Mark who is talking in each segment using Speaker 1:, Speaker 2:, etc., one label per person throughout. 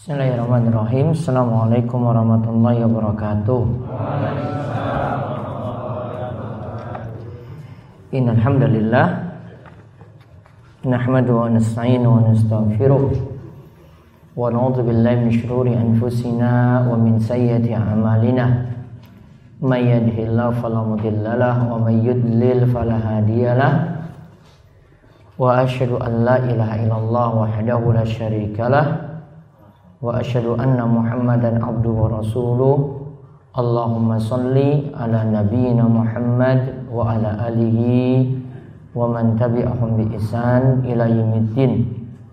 Speaker 1: Bismillahirrahmanirrahim. Assalamualaikum warahmatullahi wabarakatuh. Innal hamdalillah nahmaduhu wa nasta'inuhu wa nastaghfiruh wa na'udzu billahi min shururi anfusina wa min sayyiati a'malina. May yahdihillahu fala mudhillalah wa may yudlil fala hadiyalah. Wa asyhadu an la ilaha illallah wahdahu la syarikalah wa asyhadu anna Muhammadan abduhu wa rasuluh. Allahumma sholli ala nabiyyina Muhammad wa ala alihi wa man tabi'ahum bi ihsan ila yaumiddin.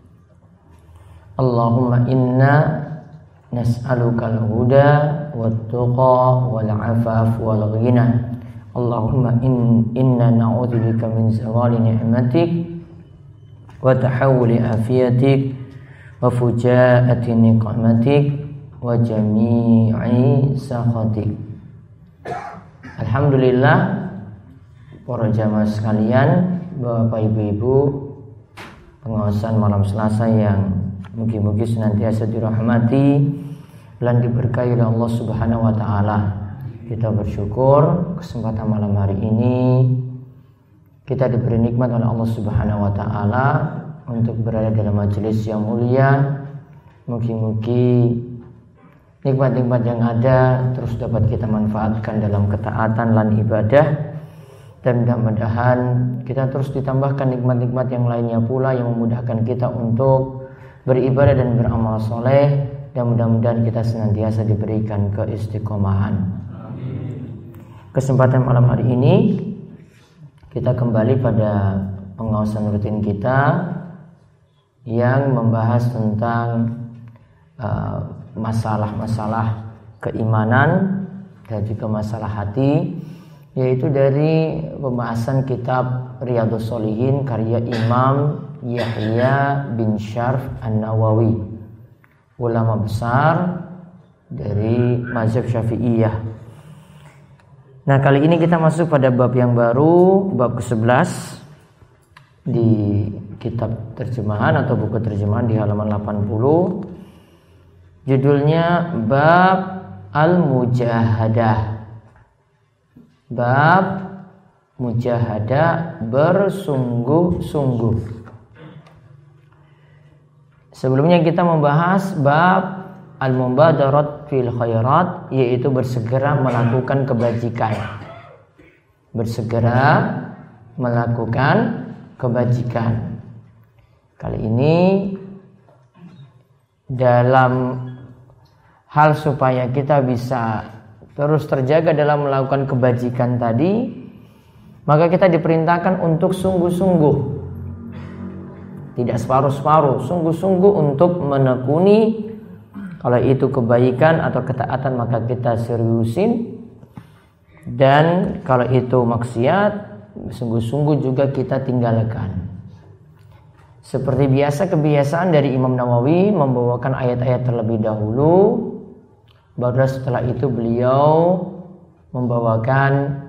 Speaker 1: Allahumma inna nas'aluka al-huda wat-tuqa wal-'afaf wal-ghina. Allahumma inna na'udzubika min zawali ni'matik wa tahawuli afiyatik wa fujaati niqmatik wa jami'i sakhatik. Alhamdulillah, para jamaah sekalian, Bapak Ibu-ibu pengawasan malam Selasa yang mugi-mugi senantiasa dirahmati dan diberkahi oleh Allah Subhanahu wa taala. Kita bersyukur kesempatan malam hari ini kita diberi nikmat oleh Allah Subhanahu wa taala untuk berada dalam majelis yang mulia. Mugi-mugi nikmat-nikmat yang ada terus dapat kita manfaatkan dalam ketaatan dan ibadah, dan mudah-mudahan kita terus ditambahkan nikmat-nikmat yang lainnya pula yang memudahkan kita untuk beribadah dan beramal soleh, dan mudah-mudahan kita senantiasa diberikan keistiqomahan. Kesempatan malam hari ini kita kembali pada pengawasan rutin kita yang membahas tentang masalah-masalah keimanan dan juga masalah hati, yaitu dari pembahasan kitab Riyadhus Shalihin karya Imam Yahya bin Syarf An-Nawawi, ulama besar dari mazhab Syafi'iyah. Nah, kali ini kita masuk pada bab yang baru, bab ke-11 di kitab terjemahan atau buku terjemahan di halaman 80. Judulnya Bab Al-Mujahadah. Bab Mujahadah, bersungguh-sungguh. Sebelumnya kita membahas bab Al-Mubadarat fil khairat, yaitu bersegera melakukan kebajikan. Bersegera melakukan kebajikan. Kali ini dalam hal supaya kita bisa terus terjaga dalam melakukan kebajikan tadi, maka kita diperintahkan untuk sungguh-sungguh, tidak separuh-separuh, sungguh-sungguh untuk menekuni. Kalau itu kebaikan atau ketaatan maka kita seriusin, dan kalau itu maksiat sungguh-sungguh juga kita tinggalkan. Seperti biasa kebiasaan dari Imam Nawawi membawakan ayat-ayat terlebih dahulu, baru setelah itu beliau membawakan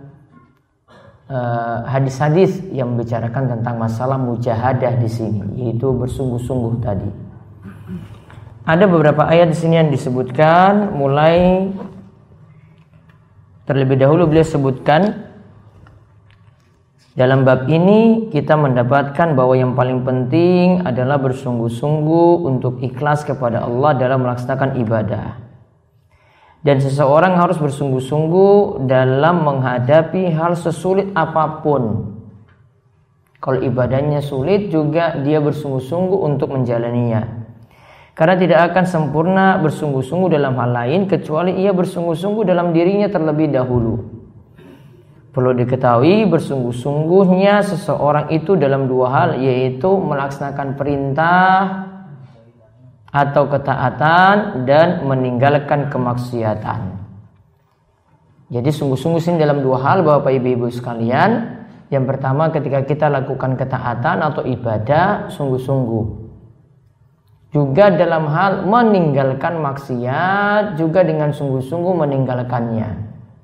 Speaker 1: hadis-hadis yang membicarakan tentang masalah mujahadah di sini, yaitu bersungguh-sungguh tadi. Ada beberapa ayat di sini yang disebutkan. Mulai terlebih dahulu beliau sebutkan, dalam bab ini kita mendapatkan bahwa yang paling penting adalah bersungguh-sungguh untuk ikhlas kepada Allah dalam melaksanakan ibadah. Dan seseorang harus bersungguh-sungguh dalam menghadapi hal sesulit apapun. Kalau ibadahnya sulit juga dia bersungguh-sungguh untuk menjalaninya. Karena tidak akan sempurna bersungguh-sungguh dalam hal lain kecuali ia bersungguh-sungguh dalam dirinya terlebih dahulu. Perlu diketahui bersungguh-sungguhnya seseorang itu dalam dua hal, yaitu melaksanakan perintah atau ketaatan dan meninggalkan kemaksiatan. Jadi sungguh-sungguh sini dalam dua hal, Bapak Ibu sekalian. Yang pertama, ketika kita lakukan ketaatan atau ibadah sungguh-sungguh. Juga dalam hal meninggalkan maksiat juga dengan sungguh-sungguh meninggalkannya.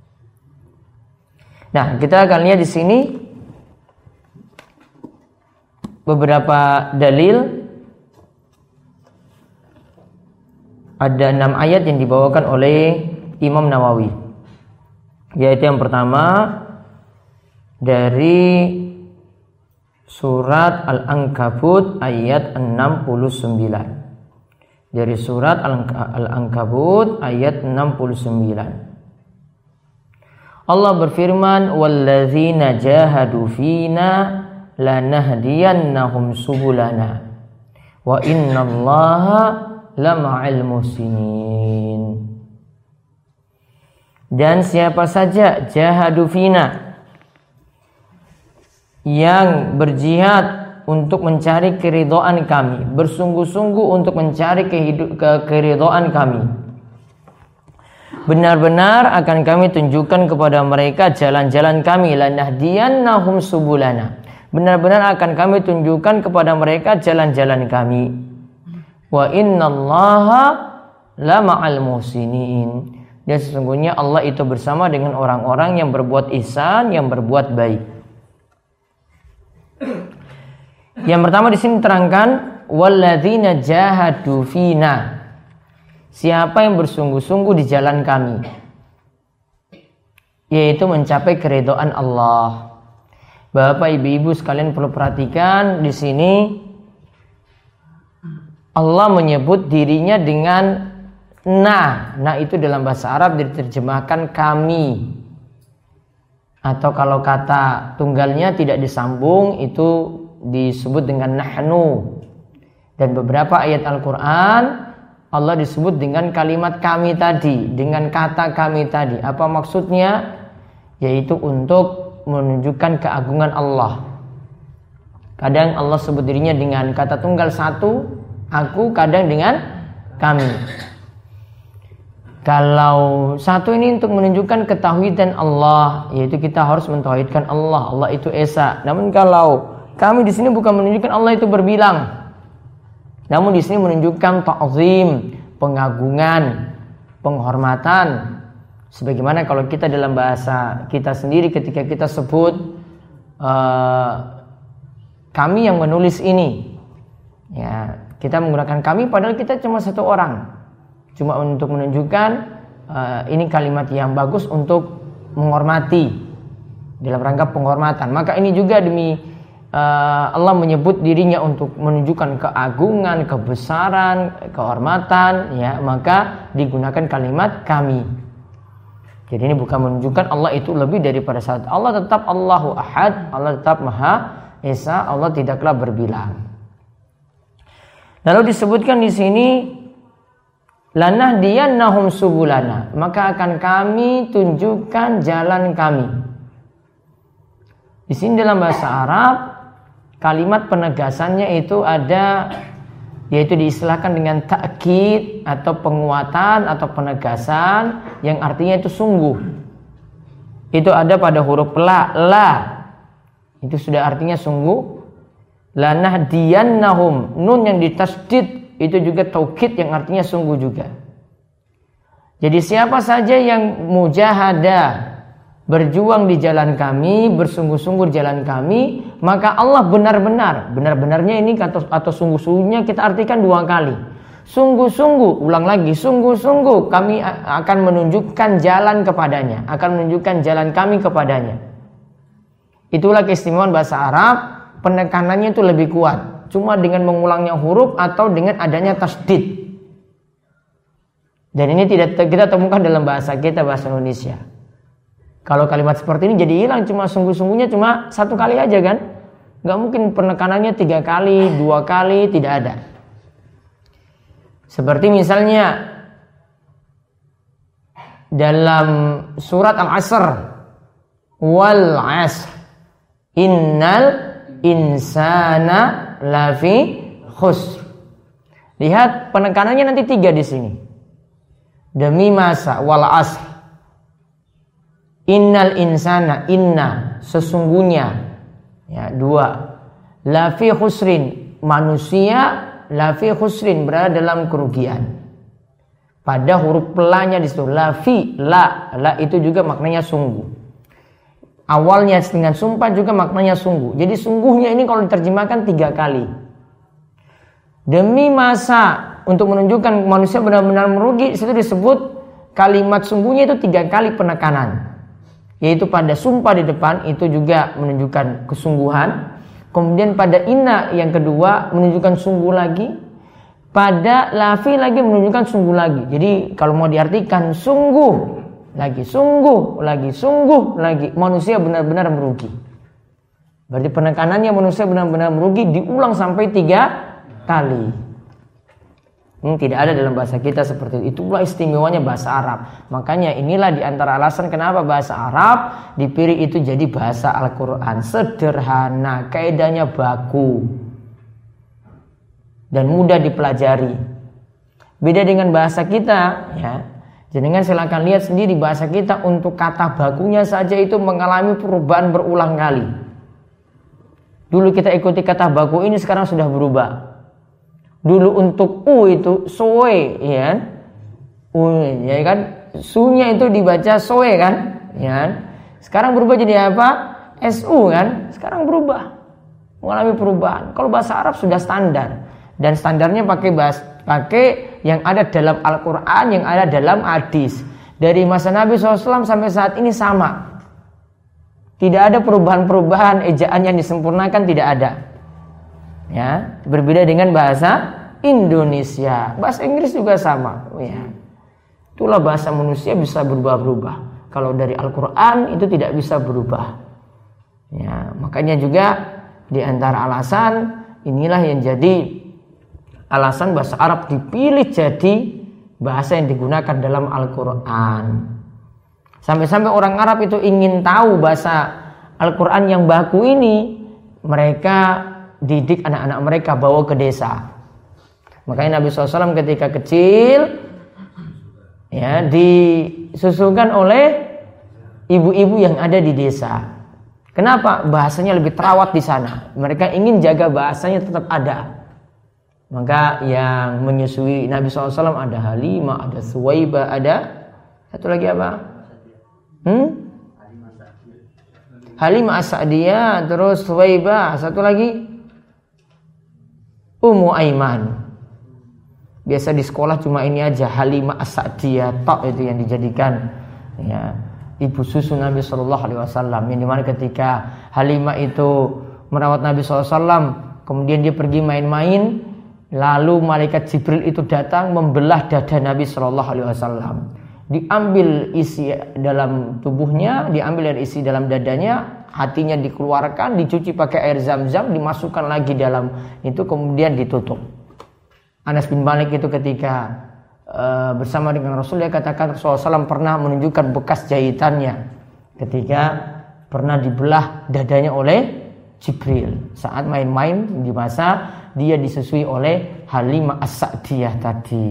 Speaker 1: Nah, kita akan lihat di sini beberapa dalil ada 6 ayat yang dibawakan oleh Imam Nawawi. Yaitu yang pertama dari surat Al-Ankabut ayat 69. Dari surat Al-Ankabut ayat 69. Allah berfirman, "Walladzina jahadu fina lanahdiyannahum subulana wa innallaha lama'al muhsinin." Dan siapa saja jahadu fina, yang berjihad untuk mencari keridhaan kami, bersungguh-sungguh untuk mencari keridhaan kami, benar-benar akan kami tunjukkan kepada mereka jalan-jalan kami. Lanahdiyannahum subulana, benar-benar akan kami tunjukkan kepada mereka jalan-jalan kami. Wa innallaha lama'al muhsinin, dan sesungguhnya Allah itu bersama dengan orang-orang yang berbuat ihsan, yang berbuat baik. Yang pertama di sini terangkan walladzina jahadu fina, siapa yang bersungguh-sungguh di jalan kami, yaitu mencapai keridhaan Allah. Bapak ibu-ibu sekalian perlu perhatikan di sini Allah menyebut dirinya dengan nah itu dalam bahasa Arab diterjemahkan kami, atau kalau kata tunggalnya tidak disambung itu disebut dengan nahnu. Dan beberapa ayat Al-Quran Allah disebut dengan kalimat kami tadi, dengan kata kami tadi. Apa maksudnya? Yaitu untuk menunjukkan keagungan Allah. Kadang Allah sebut dirinya dengan kata tunggal satu, aku, kadang dengan kami. Kalau satu ini untuk menunjukkan ketauhidan Allah, yaitu kita harus mentauhidkan Allah, Allah itu esa. Namun kalau kami di sini bukan menunjukkan Allah itu berbilang, namun di sini menunjukkan ta'zim, pengagungan, penghormatan. Sebagaimana kalau kita dalam bahasa kita sendiri ketika kita sebut kami yang menulis ini, ya kita menggunakan kami padahal kita cuma satu orang, cuma untuk menunjukkan ini kalimat yang bagus untuk menghormati, dalam rangka penghormatan. Maka ini juga demi Allah menyebut dirinya untuk menunjukkan keagungan, kebesaran, kehormatan, ya, maka digunakan kalimat kami. Jadi ini bukan menunjukkan Allah itu lebih daripada satu. Allah tetap Allahu Ahad, Allah tetap Maha Esa, Allah tidaklah berbilang. Lalu disebutkan di sini lanahdiyannahum subulana, maka akan kami tunjukkan jalan kami. Di sini dalam bahasa Arab kalimat penegasannya itu ada, yaitu diistilahkan dengan ta'kid atau penguatan atau penegasan yang artinya itu sungguh. Itu ada pada huruf la. Itu sudah artinya sungguh. Lanahdiyannahum, nun yang ditasdid itu juga taukid yang artinya sungguh juga. Jadi siapa saja yang mujahadah, berjuang di jalan kami, bersungguh-sungguh di jalan kami, maka Allah benar-benarnya ini atau sungguh-sungguhnya kita artikan dua kali. Sungguh-sungguh, ulang lagi, sungguh-sungguh kami akan menunjukkan jalan kepadanya, akan menunjukkan jalan kami kepadanya. Itulah keistimewaan bahasa Arab, penekanannya itu lebih kuat, cuma dengan mengulangnya huruf atau dengan adanya tasdid. Dan ini tidak kita temukan dalam bahasa kita, bahasa Indonesia. Kalau kalimat seperti ini jadi hilang, cuma sungguh-sungguhnya cuma satu kali aja kan? Gak mungkin penekanannya 3 kali, 2 kali, tidak ada. Seperti misalnya dalam surat Al-Asr, wal asr innal insana lafi khusr. Lihat penekanannya nanti 3 di sini. Demi masa, wal asr. Innal insana, inna sesungguhnya, ya 2. Lafi khusrin, manusia lafi khusrin berada dalam kerugian. Pada huruf pelanya di situ lafi, la itu juga maknanya sungguh. Awalnya dengan sumpah juga maknanya sungguh. Jadi sungguhnya ini kalau diterjemahkan 3 kali. Demi masa untuk menunjukkan manusia benar-benar merugi, itu disebut kalimat sungguhnya itu 3 kali penekanan. Yaitu pada sumpah di depan itu juga menunjukkan kesungguhan. Kemudian pada inna yang kedua menunjukkan sungguh lagi. Pada lafi lagi menunjukkan sungguh lagi. Jadi kalau mau diartikan sungguh lagi, sungguh lagi, sungguh lagi, manusia benar-benar merugi. Berarti penekanannya manusia benar-benar merugi diulang sampai 3 kali. Tidak ada dalam bahasa kita seperti itu. Itulah istimewanya bahasa Arab. Makanya inilah diantara alasan kenapa bahasa Arab dipilih itu jadi bahasa Al-Quran. Sederhana, kaidahnya baku dan mudah dipelajari. Beda dengan bahasa kita, ya. Jangan silakan lihat sendiri bahasa kita untuk kata bakunya saja itu mengalami perubahan berulang kali. Dulu kita ikuti kata baku ini, sekarang sudah berubah. Dulu untuk u itu soe, ya, ya kan, sunya itu dibaca soe kan, ya. Sekarang berubah jadi apa? Su kan, sekarang berubah, mengalami perubahan. Kalau bahasa Arab sudah standar dan standarnya pakai yang ada dalam Al-Quran, yang ada dalam hadis. Dari masa Nabi SAW sampai saat ini sama. Tidak ada perubahan-perubahan, ejaan yang disempurnakan tidak ada. Ya, berbeda dengan bahasa Indonesia. Bahasa Inggris juga sama, ya. Itulah bahasa manusia bisa berubah-berubah. Kalau dari Al-Quran itu tidak bisa berubah. Ya, makanya juga di antara alasan inilah yang jadi alasan bahasa Arab dipilih jadi bahasa yang digunakan dalam Al-Quran. Sampai-sampai orang Arab itu ingin tahu bahasa Al-Quran yang baku ini, mereka didik anak-anak mereka bawa ke desa. Makanya Nabi SAW ketika kecil, ya, disusukan oleh ibu-ibu yang ada di desa. Kenapa? Bahasanya lebih terawat di sana. Mereka ingin jaga bahasanya tetap ada. Maka yang menyusui Nabi SAW ada Halimah, ada Suwaibah, ada satu lagi apa? Halimah As-Sa'diyah, terus Suwaibah, satu lagi Ummu Aiman. Biasa di sekolah cuma ini aja, Halimah As-Sa'diyah, tok itu yang dijadikan, ya, ibu susu Nabi SAW. Yang dimana ketika Halimah itu merawat Nabi SAW, kemudian dia pergi main-main, lalu malaikat Jibril itu datang membelah dada Nabi SAW. Diambil isi dalam tubuhnya, diambil dari isi dalam dadanya, hatinya dikeluarkan, dicuci pakai air zam-zam, dimasukkan lagi dalam itu, kemudian ditutup. Anas bin Malik itu ketika bersama dengan Rasul, dia katakan Rasulullah SAW pernah menunjukkan bekas jahitannya ketika pernah dibelah dadanya oleh Jibril saat main-main di masa dia disusui oleh Halimah As-Sa'diyah tadi.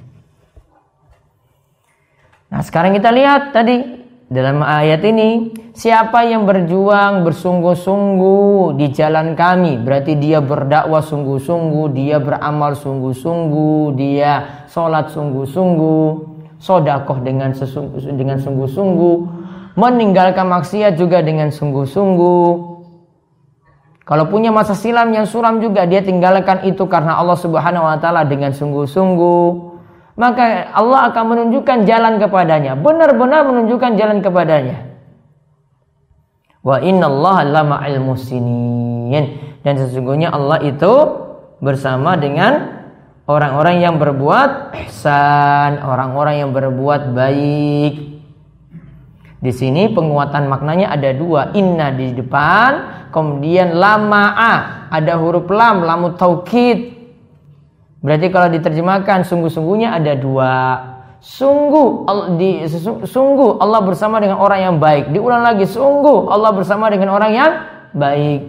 Speaker 1: Nah, sekarang kita lihat tadi dalam ayat ini, siapa yang berjuang bersungguh-sungguh di jalan kami, berarti dia berdakwah sungguh-sungguh, dia beramal sungguh-sungguh, dia sholat sungguh-sungguh, sedekah dengan sungguh-sungguh, meninggalkan maksiat juga dengan sungguh-sungguh. Kalau punya masa silam yang suram juga dia tinggalkan itu karena Allah Subhanahu wa taala dengan sungguh-sungguh. Maka Allah akan menunjukkan jalan kepadanya, benar-benar menunjukkan jalan kepadanya. Wa innallaha lama'al muhsinin, dan sesungguhnya Allah itu bersama dengan orang-orang yang berbuat ihsan, orang-orang yang berbuat baik. Di sini penguatan maknanya ada dua, inna di depan, kemudian lama'a, ada huruf lam, lamut taukid. Berarti kalau diterjemahkan sungguh-sungguhnya ada dua. Sungguh Allah bersama dengan orang yang baik. Diulang lagi, sungguh Allah bersama dengan orang yang baik.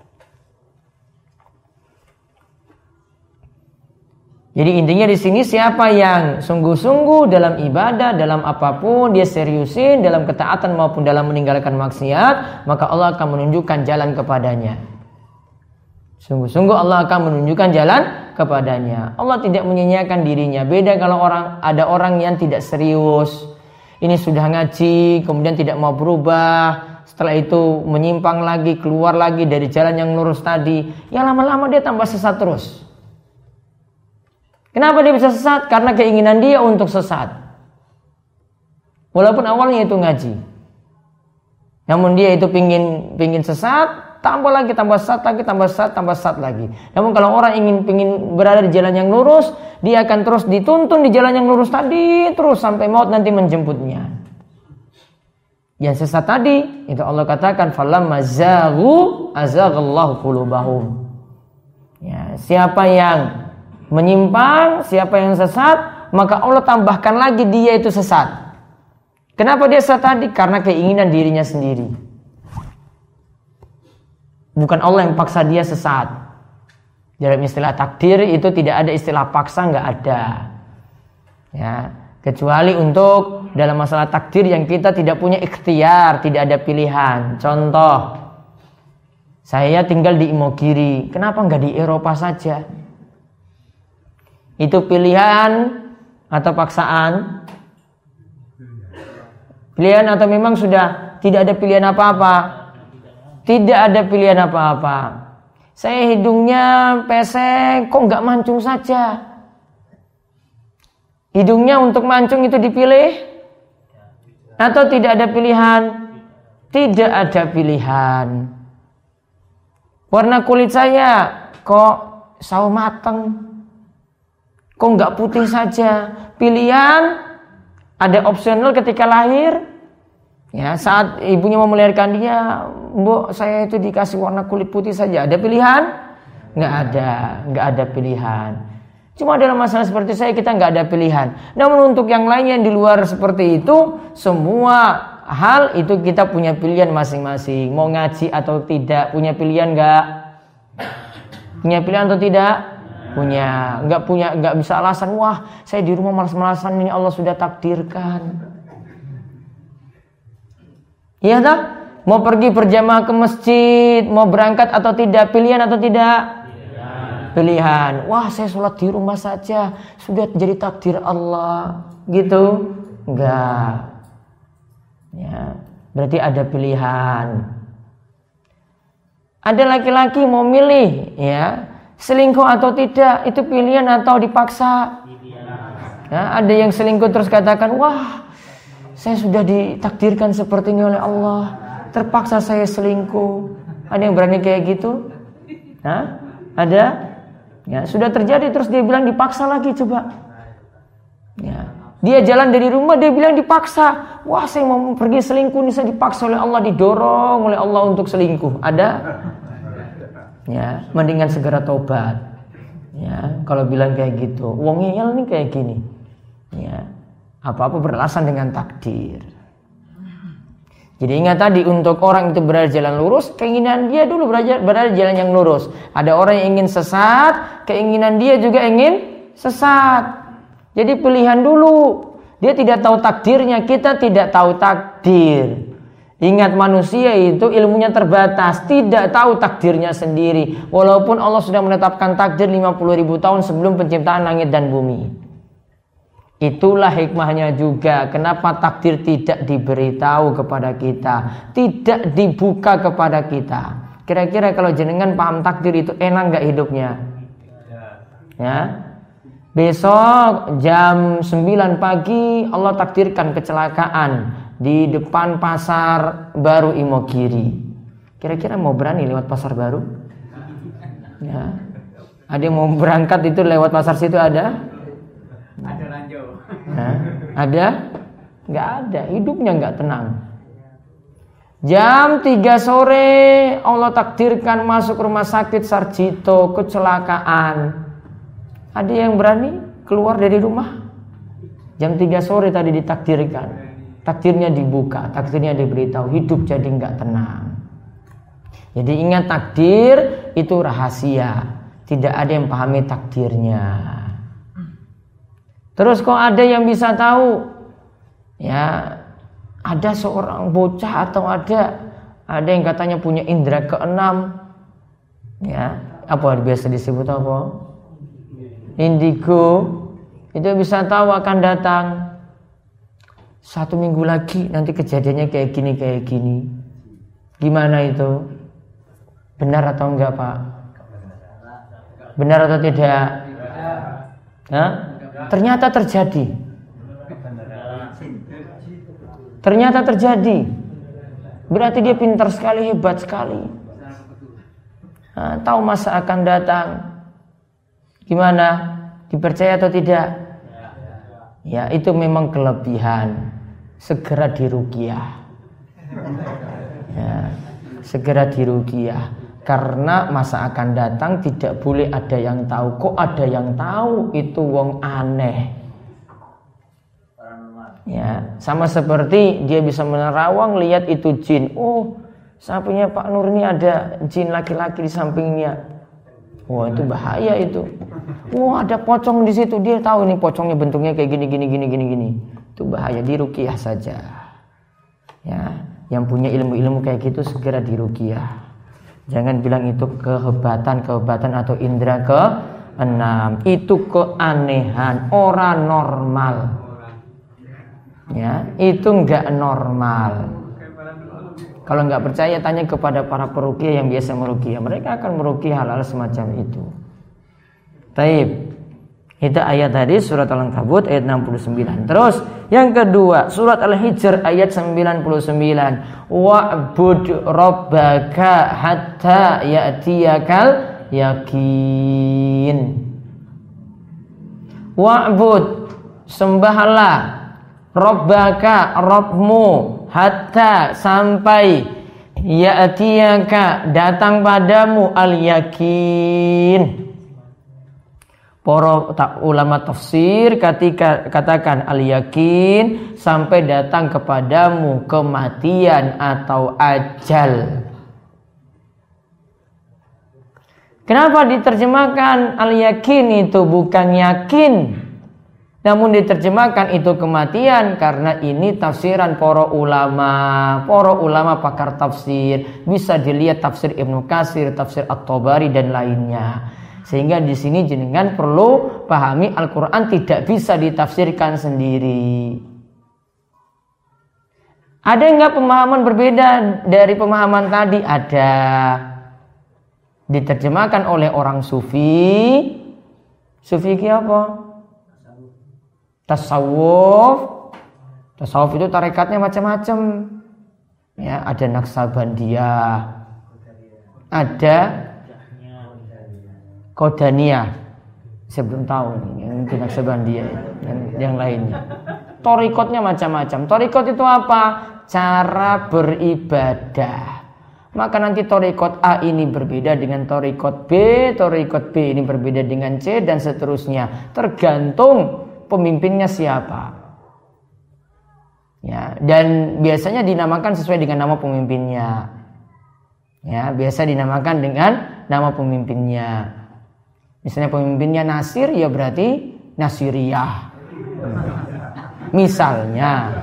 Speaker 1: Jadi intinya di sini siapa yang sungguh-sungguh dalam ibadah, dalam apapun dia seriusin, dalam ketaatan maupun dalam meninggalkan maksiat, maka Allah akan menunjukkan jalan kepadanya. Sungguh-sungguh Allah akan menunjukkan jalan kepadanya. Allah tidak menyia-nyiakan dirinya. Beda kalau ada orang yang tidak serius. Ini sudah ngaji, kemudian tidak mau berubah. Setelah itu menyimpang lagi, keluar lagi dari jalan yang lurus tadi. Ya lama-lama dia tambah sesat terus. Kenapa dia bisa sesat? Karena keinginan dia untuk sesat. Walaupun awalnya itu ngaji. Namun dia itu pingin sesat, tambah lagi, tambah sesat lagi, tambah sesat, tambah sesat lagi. Namun kalau orang pingin berada di jalan yang lurus, dia akan terus dituntun di jalan yang lurus tadi, terus sampai maut nanti menjemputnya. Yang sesat tadi, itu Allah katakan, falamma zaghu azaghallahu qulubahum. Ya, siapa yang menyimpang, siapa yang sesat, maka Allah tambahkan lagi dia itu sesat. Kenapa dia sesat tadi? Karena keinginan dirinya sendiri. Bukan Allah yang paksa dia sesat. Dalam istilah takdir itu tidak ada istilah paksa, nggak ada. Ya, kecuali untuk dalam masalah takdir yang kita tidak punya ikhtiar, tidak ada pilihan. Contoh, saya tinggal di Imogiri, kenapa nggak di Eropa saja? Itu pilihan atau paksaan? Pilihan atau memang sudah tidak ada pilihan apa-apa? Tidak ada pilihan apa-apa. Saya hidungnya pesek, kok nggak mancung saja? Hidungnya untuk mancung itu dipilih? Atau tidak ada pilihan? Tidak ada pilihan. Warna kulit saya kok sawo mateng, kok nggak putih saja? Pilihan ada opsional ketika lahir. Ya, saat ibunya mau melahirkan dia, "Mbok, saya itu dikasih warna kulit putih saja." Ada pilihan? Nggak ada pilihan. Cuma dalam masalah seperti saya kita nggak ada pilihan. Namun untuk yang lain yang di luar seperti itu, semua hal itu kita punya pilihan masing-masing. Mau ngaji atau tidak, punya pilihan nggak? Punya pilihan atau tidak? Punya. Nggak bisa alasan, wah saya di rumah malas-malasan, ini Allah sudah takdirkan. Iya tak? Mau pergi berjamaah ke masjid, mau berangkat atau tidak, pilihan atau tidak? Pilihan. Wah saya sholat di rumah saja, sudah jadi takdir Allah. Gitu? Enggak. Ya, berarti ada pilihan. Ada laki-laki mau milih, ya, selingkuh atau tidak, itu pilihan atau dipaksa? Ya, ada yang selingkuh terus katakan, wah, saya sudah ditakdirkan seperti ini oleh Allah, terpaksa saya selingkuh. Ada yang berani kayak gitu? Hah? Ada? Ya, sudah terjadi terus dia bilang dipaksa lagi, coba. Ya. Dia jalan dari rumah, dia bilang dipaksa. Wah, saya mau pergi selingkuh, ini saya dipaksa oleh Allah, didorong oleh Allah untuk selingkuh. Ada? Ya, mendingan segera tobat. Ya, kalau bilang kayak gitu, wong ngeyel nih kayak gini. Ya, apa-apa beralasan dengan takdir. Jadi ingat tadi, untuk orang itu berada di jalan lurus, keinginan dia dulu berada di jalan yang lurus. Ada orang yang ingin sesat, keinginan dia juga ingin sesat. Jadi pilihan dulu. Dia tidak tahu takdirnya, kita tidak tahu takdir. Ingat, manusia itu ilmunya terbatas, tidak tahu takdirnya sendiri. Walaupun Allah sudah menetapkan takdir 50.000 tahun sebelum penciptaan langit dan bumi. Itulah hikmahnya juga kenapa takdir tidak diberitahu kepada kita, tidak dibuka kepada kita. Kira-kira kalau jenengan paham takdir itu enak gak hidupnya? Ya. Besok jam 9 pagi Allah takdirkan kecelakaan di depan pasar baru Imogiri. Kira-kira mau berani lewat pasar baru? Ya. Ada yang mau berangkat itu lewat pasar situ ada?
Speaker 2: Ada ranjau.
Speaker 1: Nah, ada? Nggak ada, hidupnya nggak tenang. Jam 3 sore Allah takdirkan masuk rumah sakit Sarjito, kecelakaan. Ada yang berani keluar dari rumah? Jam 3 sore tadi ditakdirkan. Takdirnya dibuka, takdirnya diberitahu, hidup jadi nggak tenang. Jadi ingat, takdir itu rahasia. Tidak ada yang pahami takdirnya. Terus kok ada yang bisa tahu? Ya, ada seorang bocah atau ada yang katanya punya indera keenam. Ya, apa biasa disebut apa? Indigo. Itu bisa tahu akan datang 1 minggu lagi nanti kejadiannya kayak gini. Gimana itu? Benar atau enggak, Pak? Benar atau tidak? Ternyata terjadi. Ternyata terjadi. Berarti dia pintar sekali, hebat sekali. Tahu masa akan datang. Gimana? Dipercaya atau tidak? Ya, itu memang kelebihan. Segera diruqyah. Ya, segera diruqyah. Karena masa akan datang tidak boleh ada yang tahu. Kok ada yang tahu? Itu wong aneh. Ya, sama seperti dia bisa menerawang lihat itu jin. Oh, sampingnya Pak Nur ini ada jin laki-laki di sampingnya. Wah, itu bahaya itu. Wah, ada pocong di situ. Dia tahu ini pocongnya bentuknya kayak gini. Itu bahaya, diruqyah saja. Ya, yang punya ilmu-ilmu kayak gitu segera diruqyah. Jangan bilang itu kehebatan atau indera ke-6. Itu keanehan, orang normal. Ya, itu enggak normal. Kalau enggak percaya tanya kepada para peruqyah yang biasa meruqyah. Mereka akan meruqyah hal-hal semacam itu. Taib. Itu ayat tadi surat Al-Ankabut ayat 69. Terus yang kedua surat Al-Hijr ayat 99. Wa'bud rabbaka hatta ya'tiyakal yakin. Wa'bud, sembahlah rabbaka, Rabbmu, hatta, sampai ya'tiyaka, datang padamu al-yakin. Para ulama tafsir ketika katakan al-yakin, sampai datang kepadamu kematian atau ajal. Kenapa diterjemahkan al-yakin itu bukan yakin, namun diterjemahkan itu kematian? Karena ini tafsiran para ulama pakar tafsir. Bisa dilihat tafsir Ibnu Katsir, tafsir At-Tabari dan lainnya. Sehingga di sini jenengan perlu pahami Al-Quran tidak bisa ditafsirkan sendiri. Ada enggak pemahaman berbeda dari pemahaman tadi? Ada. Diterjemahkan oleh orang sufi. Sufi itu apa? Tasawuf. Tasawuf itu tarekatnya macam-macam. Ya, ada Naksabandiyah. Ada Qadaniyah, saya belum tahu yang Naksabandiyah, yang lainnya. Torikotnya macam-macam. Torikot itu apa? Cara beribadah. Maka nanti torikot A ini berbeda dengan torikot B ini berbeda dengan C dan seterusnya. Tergantung pemimpinnya siapa. Ya, dan biasanya dinamakan sesuai dengan nama pemimpinnya. Ya, biasa dinamakan dengan nama pemimpinnya. Misalnya pemimpinnya Nasir, ya berarti Nasiriyah. Misalnya.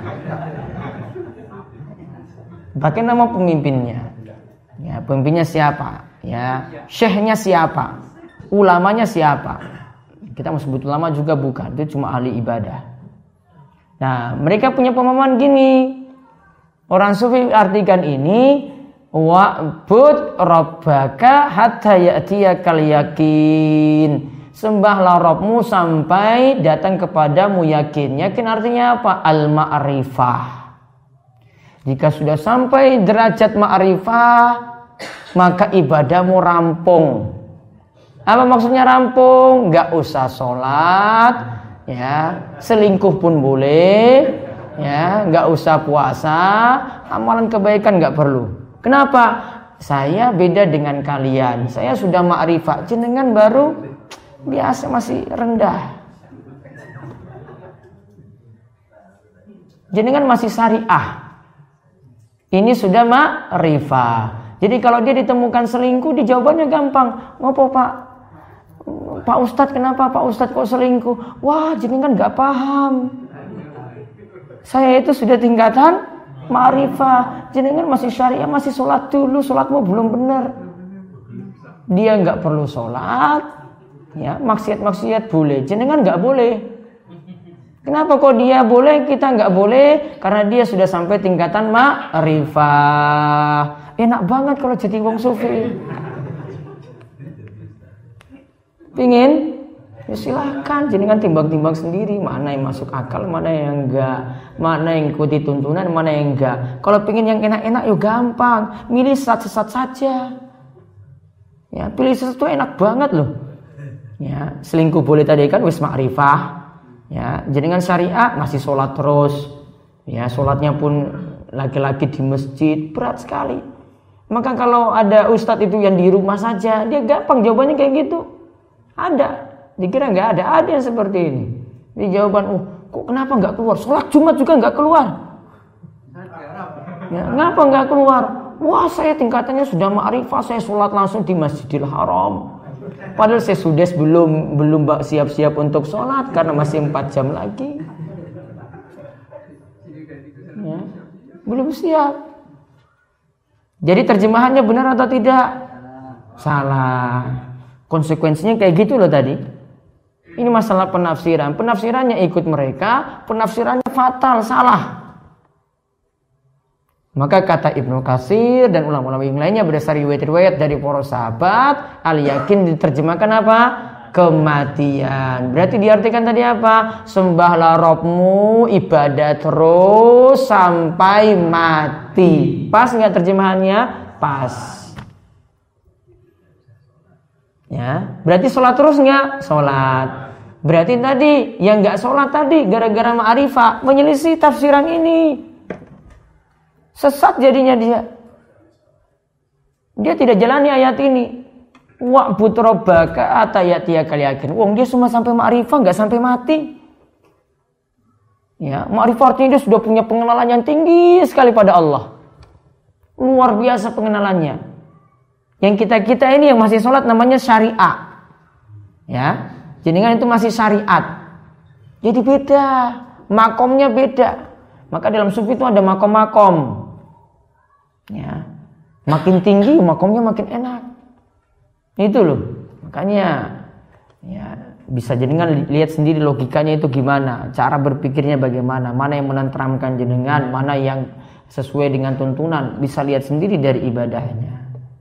Speaker 1: Pakai nama pemimpinnya. Ya, pemimpinnya siapa? Ya, syekhnya siapa? Ulamanya siapa? Kita mau sebut ulama juga bukan, itu cuma ahli ibadah. Nah, mereka punya pemahaman gini. Orang sufi artikan ini, wa'bud rabbaka hatta ya'tiyakal yakin. Sembahlah Rabbmu sampai datang kepadamu yakin. Yakin artinya apa? Al-ma'rifah. Jika sudah sampai derajat ma'rifah, maka ibadahmu rampung. Apa maksudnya rampung? Gak usah sholat, ya, selingkuh pun boleh, ya, gak usah puasa, amalan kebaikan gak perlu. Kenapa? Saya beda dengan kalian. Saya sudah ma'rifah. Jenengan baru biasa, masih rendah. Jenengan masih syariah. Ini sudah ma'rifah. Jadi kalau dia ditemukan selingkuh, dijawabannya gampang. Ngopo Pak? Pak Ustadz, kenapa Pak Ustadz kok selingkuh? Wah, jenengan gak paham. Saya itu sudah tingkatan ma'rifah, jenengan masih syariah, masih sholat dulu, sholatmu belum benar. Dia nggak perlu sholat, ya, maksiat boleh, jenengan nggak boleh. Kenapa kok dia boleh, kita nggak boleh? Karena dia sudah sampai tingkatan ma'rifah. Enak banget kalau jadi wong sufi. Pingin Ya silakan, jenengan timbang-timbang sendiri mana yang masuk akal, mana yang enggak, mana yang ikuti tuntunan, mana yang enggak. Kalau pengen yang enak-enak, yo gampang, milih sesat-sesat saja. Ya, pilih sesat itu enak banget loh. Ya, selingkuh boleh tadi kan wis ma'rifah. Ya, jenengan syariah masih sholat terus. Ya, sholatnya pun laki-laki di masjid, berat sekali. Maka kalau ada ustadz itu yang di rumah saja, dia gampang jawabannya kayak gitu. Ada. Dikira nggak ada yang seperti ini. Ini jawaban, kok kenapa nggak keluar? Sholat Jumat juga nggak keluar. Ya, kenapa nggak keluar? Wah, saya tingkatannya sudah ma'rifah, saya sholat langsung di Masjidil Haram. Padahal saya sudah belum siap-siap untuk sholat karena masih 4 jam lagi. Ya, belum siap. Jadi terjemahannya benar atau tidak? Salah. Konsekuensinya kayak gitu loh tadi. Ini masalah penafsiran. Penafsirannya ikut mereka, penafsirannya fatal, salah. Maka kata Ibnu Katsir dan ulama-ulama yang lainnya berdasar riwayat-riwayat dari para sahabat, al-yakin diterjemahkan apa? Kematian. Berarti diartikan tadi apa? Sembahlah Rabbmu, ibadah terus sampai mati. Pas nggak terjemahannya? Pas. Ya, berarti sholat terus nggak? Sholat. Berarti tadi yang nggak sholat tadi gara-gara ma'rifah menyelisih tafsiran ini, sesat jadinya dia. Dia tidak jalani ayat ini. Wa'bud rabbaka atayatiyakal yakin. Wong dia cuma sampai ma'rifah nggak sampai mati. Ya, ma'rifah artinya dia sudah punya pengenalan yang tinggi sekali pada Allah. Luar biasa pengenalannya. Yang kita ini yang masih sholat namanya syariah. Ya, jenengan itu masih syariat. Jadi beda, makomnya beda. Maka dalam sufi itu ada makom-makom. Ya, makin tinggi makomnya makin enak. Itu loh. Makanya ya bisa jenengan lihat sendiri logikanya itu gimana, cara berpikirnya bagaimana, mana yang menenteramkan jenengan, mana yang sesuai dengan tuntunan, bisa lihat sendiri dari ibadahnya.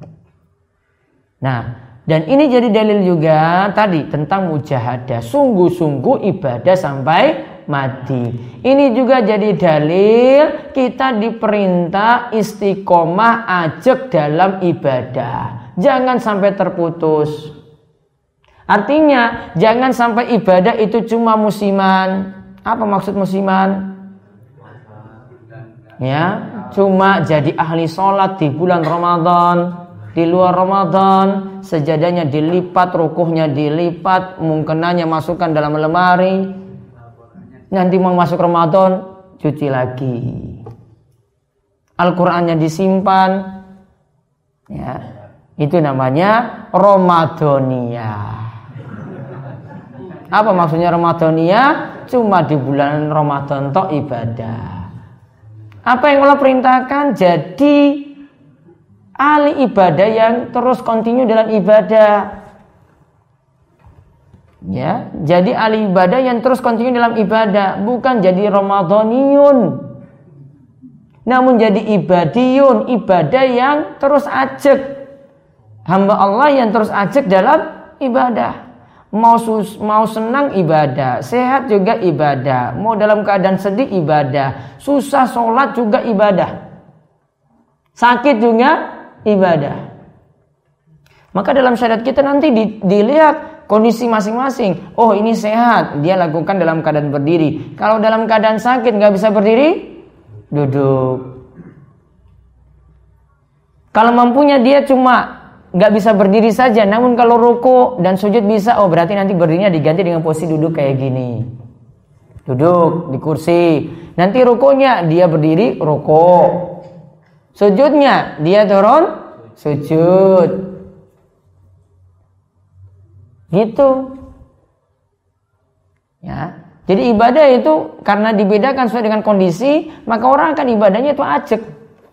Speaker 1: Nah, dan ini jadi dalil juga tadi tentang mujahadah, sungguh-sungguh ibadah sampai mati. Ini juga jadi dalil kita diperintah istiqomah ajak dalam ibadah. Jangan sampai terputus. Artinya, jangan sampai ibadah itu cuma musiman. Apa maksud musiman? Ya, cuma jadi ahli sholat di bulan Ramadan. Di luar Ramadan sejadahnya dilipat, rukuhnya dilipat, mungkenanya masukkan dalam lemari. Nanti mau masuk Ramadan cuci lagi. Al-Qur'annya disimpan. Ya, itu namanya Ramadaniyah. Apa maksudnya Ramadaniyah? Cuma di bulan Ramadan tok ibadah. Apa yang Allah perintahkan? Jadi ahli ibadah yang terus continue dalam ibadah. Ya, jadi ahli ibadah yang terus continue dalam ibadah, bukan jadi Ramadaniyun. Namun jadi ibadiyun, ibadah yang terus ajak. Hamba Allah yang terus ajak dalam ibadah. Mau senang ibadah, sehat juga ibadah, mau dalam keadaan sedih ibadah, susah sholat juga ibadah, sakit juga ibadah. Maka dalam syariat kita nanti dilihat kondisi masing-masing. Oh, ini sehat, dia lakukan dalam keadaan berdiri. Kalau dalam keadaan sakit nggak bisa berdiri, duduk. Kalau mampunya dia cuma nggak bisa berdiri saja, namun kalau ruku dan sujud bisa, oh berarti nanti berdirinya diganti dengan posisi duduk kayak gini. Duduk di kursi. Nanti rukunya dia berdiri, ruku. Sujudnya dia turun, sujud. Gitu. Ya. Jadi ibadah itu karena dibedakan sesuai dengan kondisi, maka orang akan ibadahnya itu ajak.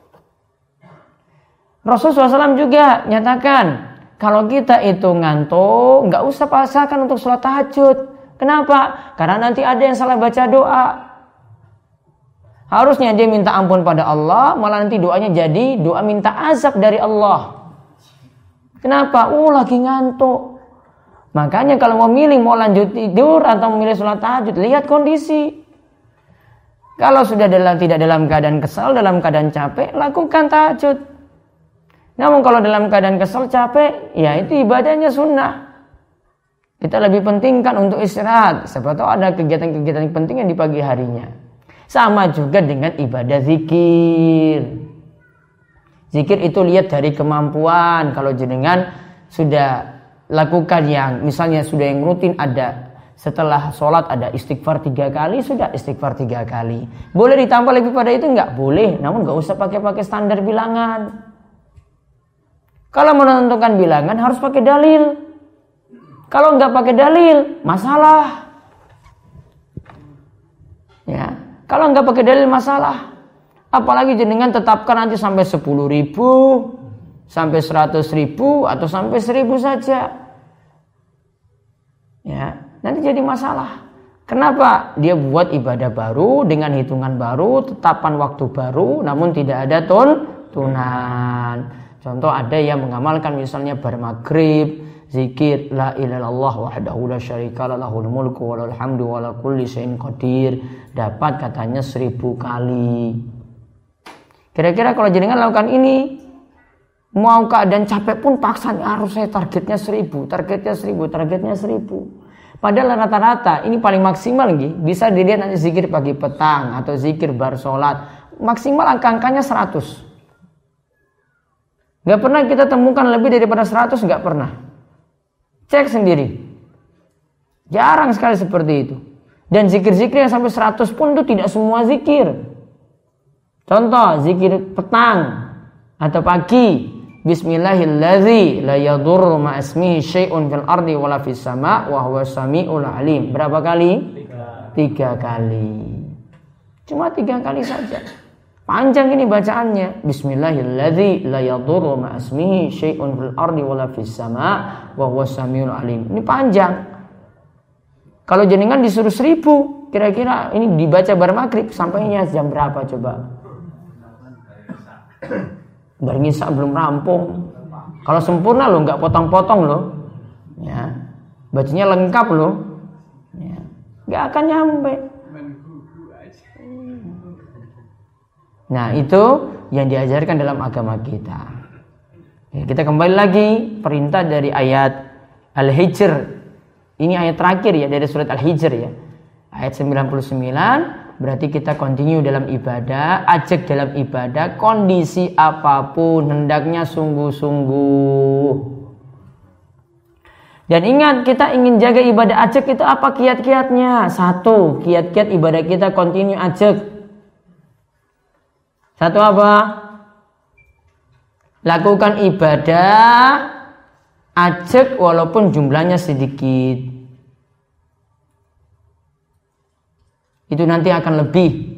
Speaker 1: Rasulullah SAW juga nyatakan, kalau kita itu ngantuk, nggak usah paksakan untuk sholat tahajud. Kenapa? Karena nanti ada yang salah baca doa. Harusnya dia minta ampun pada Allah, malah nanti doanya jadi doa minta azab dari Allah. Kenapa? Lagi ngantuk. Makanya kalau mau milih, mau lanjut tidur atau memilih sholat tahajud, lihat kondisi. Kalau sudah tidak dalam keadaan kesal, dalam keadaan capek, lakukan tahajud. Namun kalau dalam keadaan kesal, capek, ya itu ibadahnya sunnah. Kita lebih pentingkan untuk istirahat. Siapa tahu ada kegiatan-kegiatan penting yang di pagi harinya. Sama juga dengan ibadah zikir. Zikir itu lihat dari kemampuan. Kalau jenengan sudah lakukan yang misalnya sudah yang rutin, ada setelah sholat ada istighfar 3 kali, sudah istighfar 3 kali. Boleh ditambah lebih pada itu? Enggak boleh, namun enggak usah pakai standar bilangan. Kalau menentukan bilangan harus pakai dalil. Kalau enggak pakai dalil, masalah. Ya, kalau enggak pakai dalil masalah. Apalagi jenengan tetapkan aja sampai 10.000, sampai 100.000 atau sampai 1.000 saja. Ya, nanti jadi masalah. Kenapa? Dia buat ibadah baru dengan hitungan baru, tetapan waktu baru, namun tidak ada tuntunan. Contoh ada yang mengamalkan misalnya bar maghrib, zikir la ilaha illallah wahdahu la syarika lahul mulku wa lahul hamdu wa ala kulli syai'in qadir, dapat katanya 1.000 kali. Kira-kira kalau jenengan lakukan ini, mau keadaan capek pun paksa harus saya targetnya 1.000, targetnya 1.000. Padahal rata-rata ini paling maksimal lagi bisa dilihat nanti zikir pagi petang atau zikir bar sholat, maksimal angka-angkanya 100. Gak pernah kita temukan lebih daripada 100, gak pernah. Cek sendiri. Jarang sekali seperti itu. Dan zikir-zikir yang sampai 100 pun itu tidak semua zikir. Contoh zikir petang atau pagi, Bismillahilladzi la yadurru ma'asmihi syai'un fil ardi wala fis sama' wa huwas sami'ul alim. Berapa kali? 3 kali. Cuma 3 kali saja. Panjang ini bacaannya. Bismillahilladzi la yadurru ma'asmihi syai'un fil ardi wala fis sama' wa huwas sami'ul alim. Ini panjang. Kalau jenengan disuruh 1.000, kira-kira ini dibaca bar maghrib, sampainya jam berapa coba? Bar ngisa belum rampung. Kalau sempurna loh, nggak potong-potong loh. Ya, bacanya lengkap loh. Ya, nggak akan nyampe. Nah itu yang diajarkan dalam agama kita. Ya, kita kembali lagi perintah dari ayat Al-Hijr. Ini ayat terakhir ya dari surat Al-Hijr ya. Ayat 99. Berarti kita continue dalam ibadah, ajak dalam ibadah, kondisi apapun, hendaknya sungguh-sungguh. Dan ingat, kita ingin jaga ibadah ajak itu apa kiat-kiatnya? 1, kiat-kiat ibadah kita continue ajak. 1 apa? Lakukan ibadah ajak walaupun jumlahnya sedikit. Itu nanti akan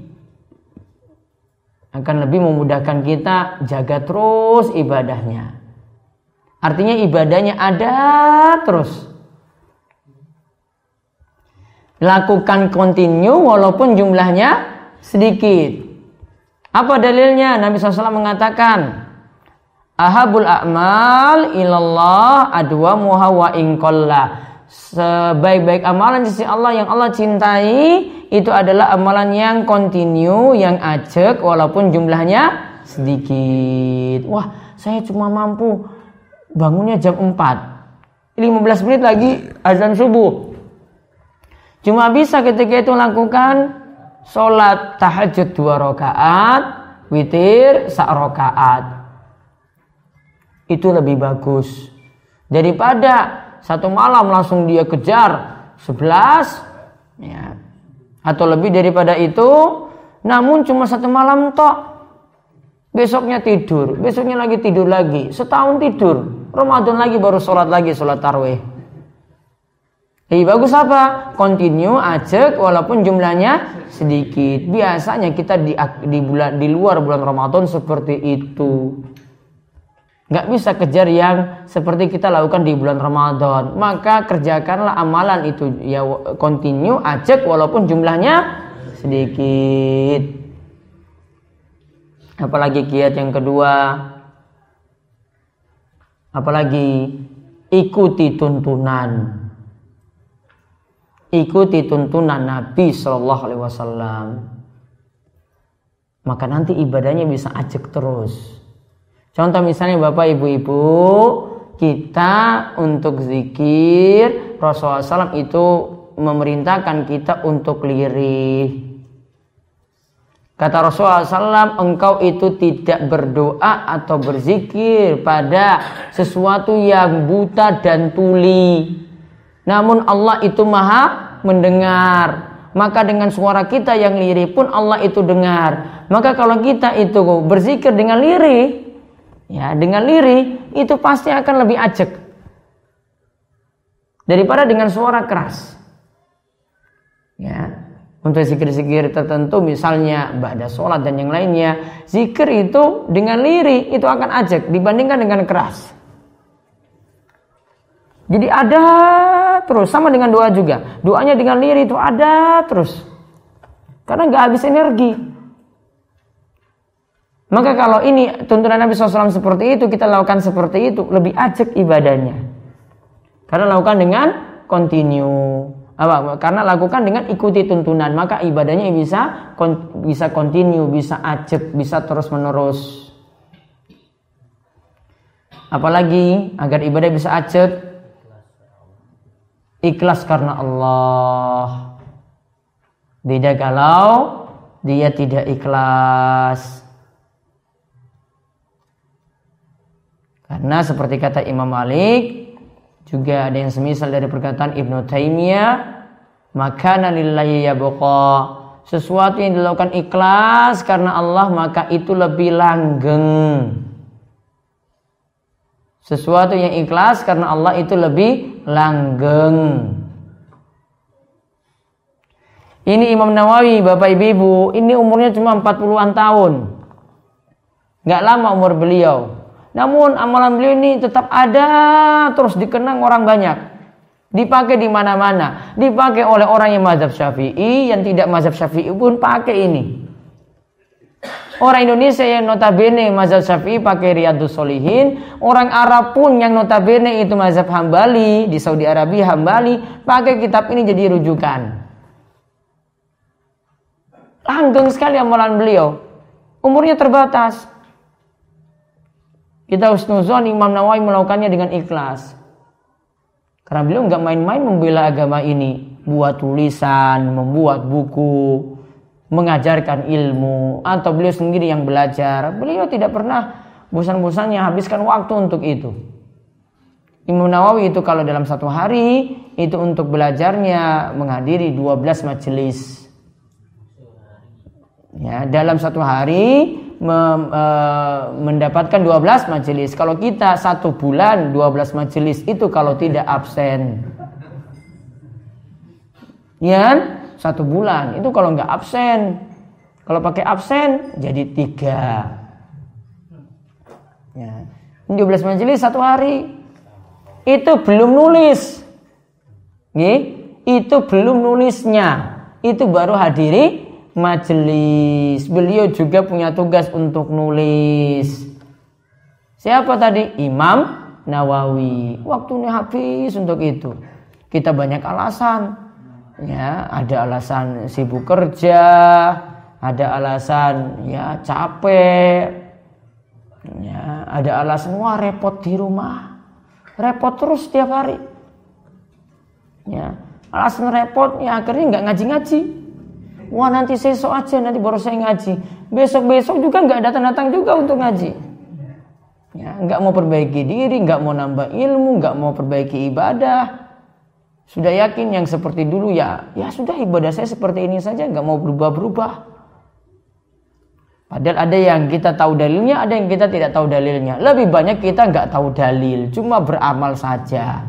Speaker 1: lebih memudahkan kita jaga terus ibadahnya. Artinya ibadahnya ada terus. Lakukan continue walaupun jumlahnya sedikit. Apa dalilnya? Nabi SAW mengatakan, ahabul a'mal ilallah adwamuha wa in qalla. Sebaik-baik amalan di sisi Allah yang Allah cintai itu adalah amalan yang continue, yang ajak walaupun jumlahnya sedikit. Wah, saya cuma mampu bangunnya jam 4, 15 menit lagi azan subuh. Cuma bisa ketika itu lakukan sholat tahajud 2 rakaat, witir 1 rakaat. Itu lebih bagus daripada 1 malam langsung dia kejar 11 ya. Atau lebih daripada itu, namun cuma 1 malam tok. Besoknya tidur, besoknya lagi tidur lagi, setahun tidur. Ramadan lagi baru sholat lagi, sholat tarawih. Lebih bagus apa? Continue ajak walaupun jumlahnya sedikit. Biasanya kita di luar bulan Ramadan seperti itu. Gak bisa kejar yang seperti kita lakukan di bulan Ramadan. Maka kerjakanlah amalan itu ya, continue ajak walaupun jumlahnya sedikit. Apalagi kiat yang kedua, apalagi ikuti tuntunan. ikuti tuntunan Nabi Shallallahu Alaihi Wasallam, maka nanti ibadahnya bisa ajak terus. Contoh misalnya Bapak Ibu-ibu, kita untuk zikir Rasulullah SAW itu memerintahkan kita untuk lirih. Kata Rasulullah SAW, engkau itu tidak berdoa atau berzikir pada sesuatu yang buta dan tuli. Namun Allah itu maha mendengar. Maka dengan suara kita yang lirih pun Allah itu dengar. Maka kalau kita itu berzikir dengan lirih, ya dengan lirih, itu pasti akan lebih ajak daripada dengan suara keras. Ya. Untuk zikir-zikir tertentu misalnya ba'da sholat dan yang lainnya, zikir itu dengan lirih itu akan ajak dibandingkan dengan keras. Jadi ada terus, sama dengan doa juga. Doanya dengan lirih itu ada terus, karena nggak habis energi. Maka kalau ini tuntunan Nabi SAW seperti itu, kita lakukan seperti itu, lebih ajak ibadahnya. Karena lakukan dengan continue. Karena lakukan dengan ikuti tuntunan, maka ibadahnya bisa continue, bisa ajak, bisa terus menerus. Apalagi agar ibadah bisa ajak, ikhlas karena Allah. Beda kalau dia tidak ikhlas. Karena seperti kata Imam Malik, juga ada yang semisal dari perkataan Ibnu Taimiyah, makana lillahi yabqa, sesuatu yang dilakukan ikhlas karena Allah maka itu lebih langgeng. Sesuatu yang ikhlas karena Allah itu lebih langgeng. Ini Imam Nawawi, Bapak Ibu, ini umurnya cuma 40-an tahun. Enggak lama umur beliau. Namun amalan beliau ini tetap ada terus dikenang orang banyak. Dipakai di mana-mana. Dipakai oleh orang yang mazhab Syafi'i, yang tidak mazhab Syafi'i pun pakai ini. Orang Indonesia yang notabene mazhab Syafi'i pakai Riyadhus Shalihin, orang Arab pun yang notabene itu mazhab Hambali, di Saudi Arabia Hambali, pakai kitab ini jadi rujukan. Langgeng sekali amalan beliau. Umurnya terbatas. Kita husnuzon Imam Nawawi melakukannya dengan ikhlas. Karena beliau nggak main-main membela agama ini, buat tulisan, membuat buku, mengajarkan ilmu, atau beliau sendiri yang belajar. Beliau tidak pernah bosan-bosannya habiskan waktu untuk itu. Imam Nawawi itu kalau dalam satu hari itu untuk belajarnya menghadiri 12 majelis. Ya, dalam satu hari mendapatkan 12 majelis. Kalau kita 1 bulan 12 majelis itu kalau tidak absen. Ya, 1 bulan itu kalau nggak absen. Kalau pakai absen jadi 3. Ya, 12 majelis 1 hari. Itu belum nulis. Itu belum nulisnya. Itu baru hadiri majelis. Beliau juga punya tugas untuk nulis. Siapa tadi? Imam Nawawi. Waktunya habis untuk itu. Kita banyak alasan. Ya, ada alasan sibuk kerja, ada alasan ya capek. Ya, ada alasan wah repot di rumah. Repot terus setiap hari. Ya, alasan repot ya akhirnya nggak ngaji-ngaji. Wah nanti besok aja, nanti baru saya ngaji. Besok-besok juga nggak datang-datang juga untuk ngaji. Ya, nggak mau perbaiki diri, nggak mau nambah ilmu, nggak mau perbaiki ibadah. Sudah yakin yang seperti dulu ya sudah ibadah saya seperti ini saja, nggak mau berubah-berubah. Padahal ada yang kita tahu dalilnya, ada yang kita tidak tahu dalilnya. Lebih banyak kita nggak tahu dalil, cuma beramal saja.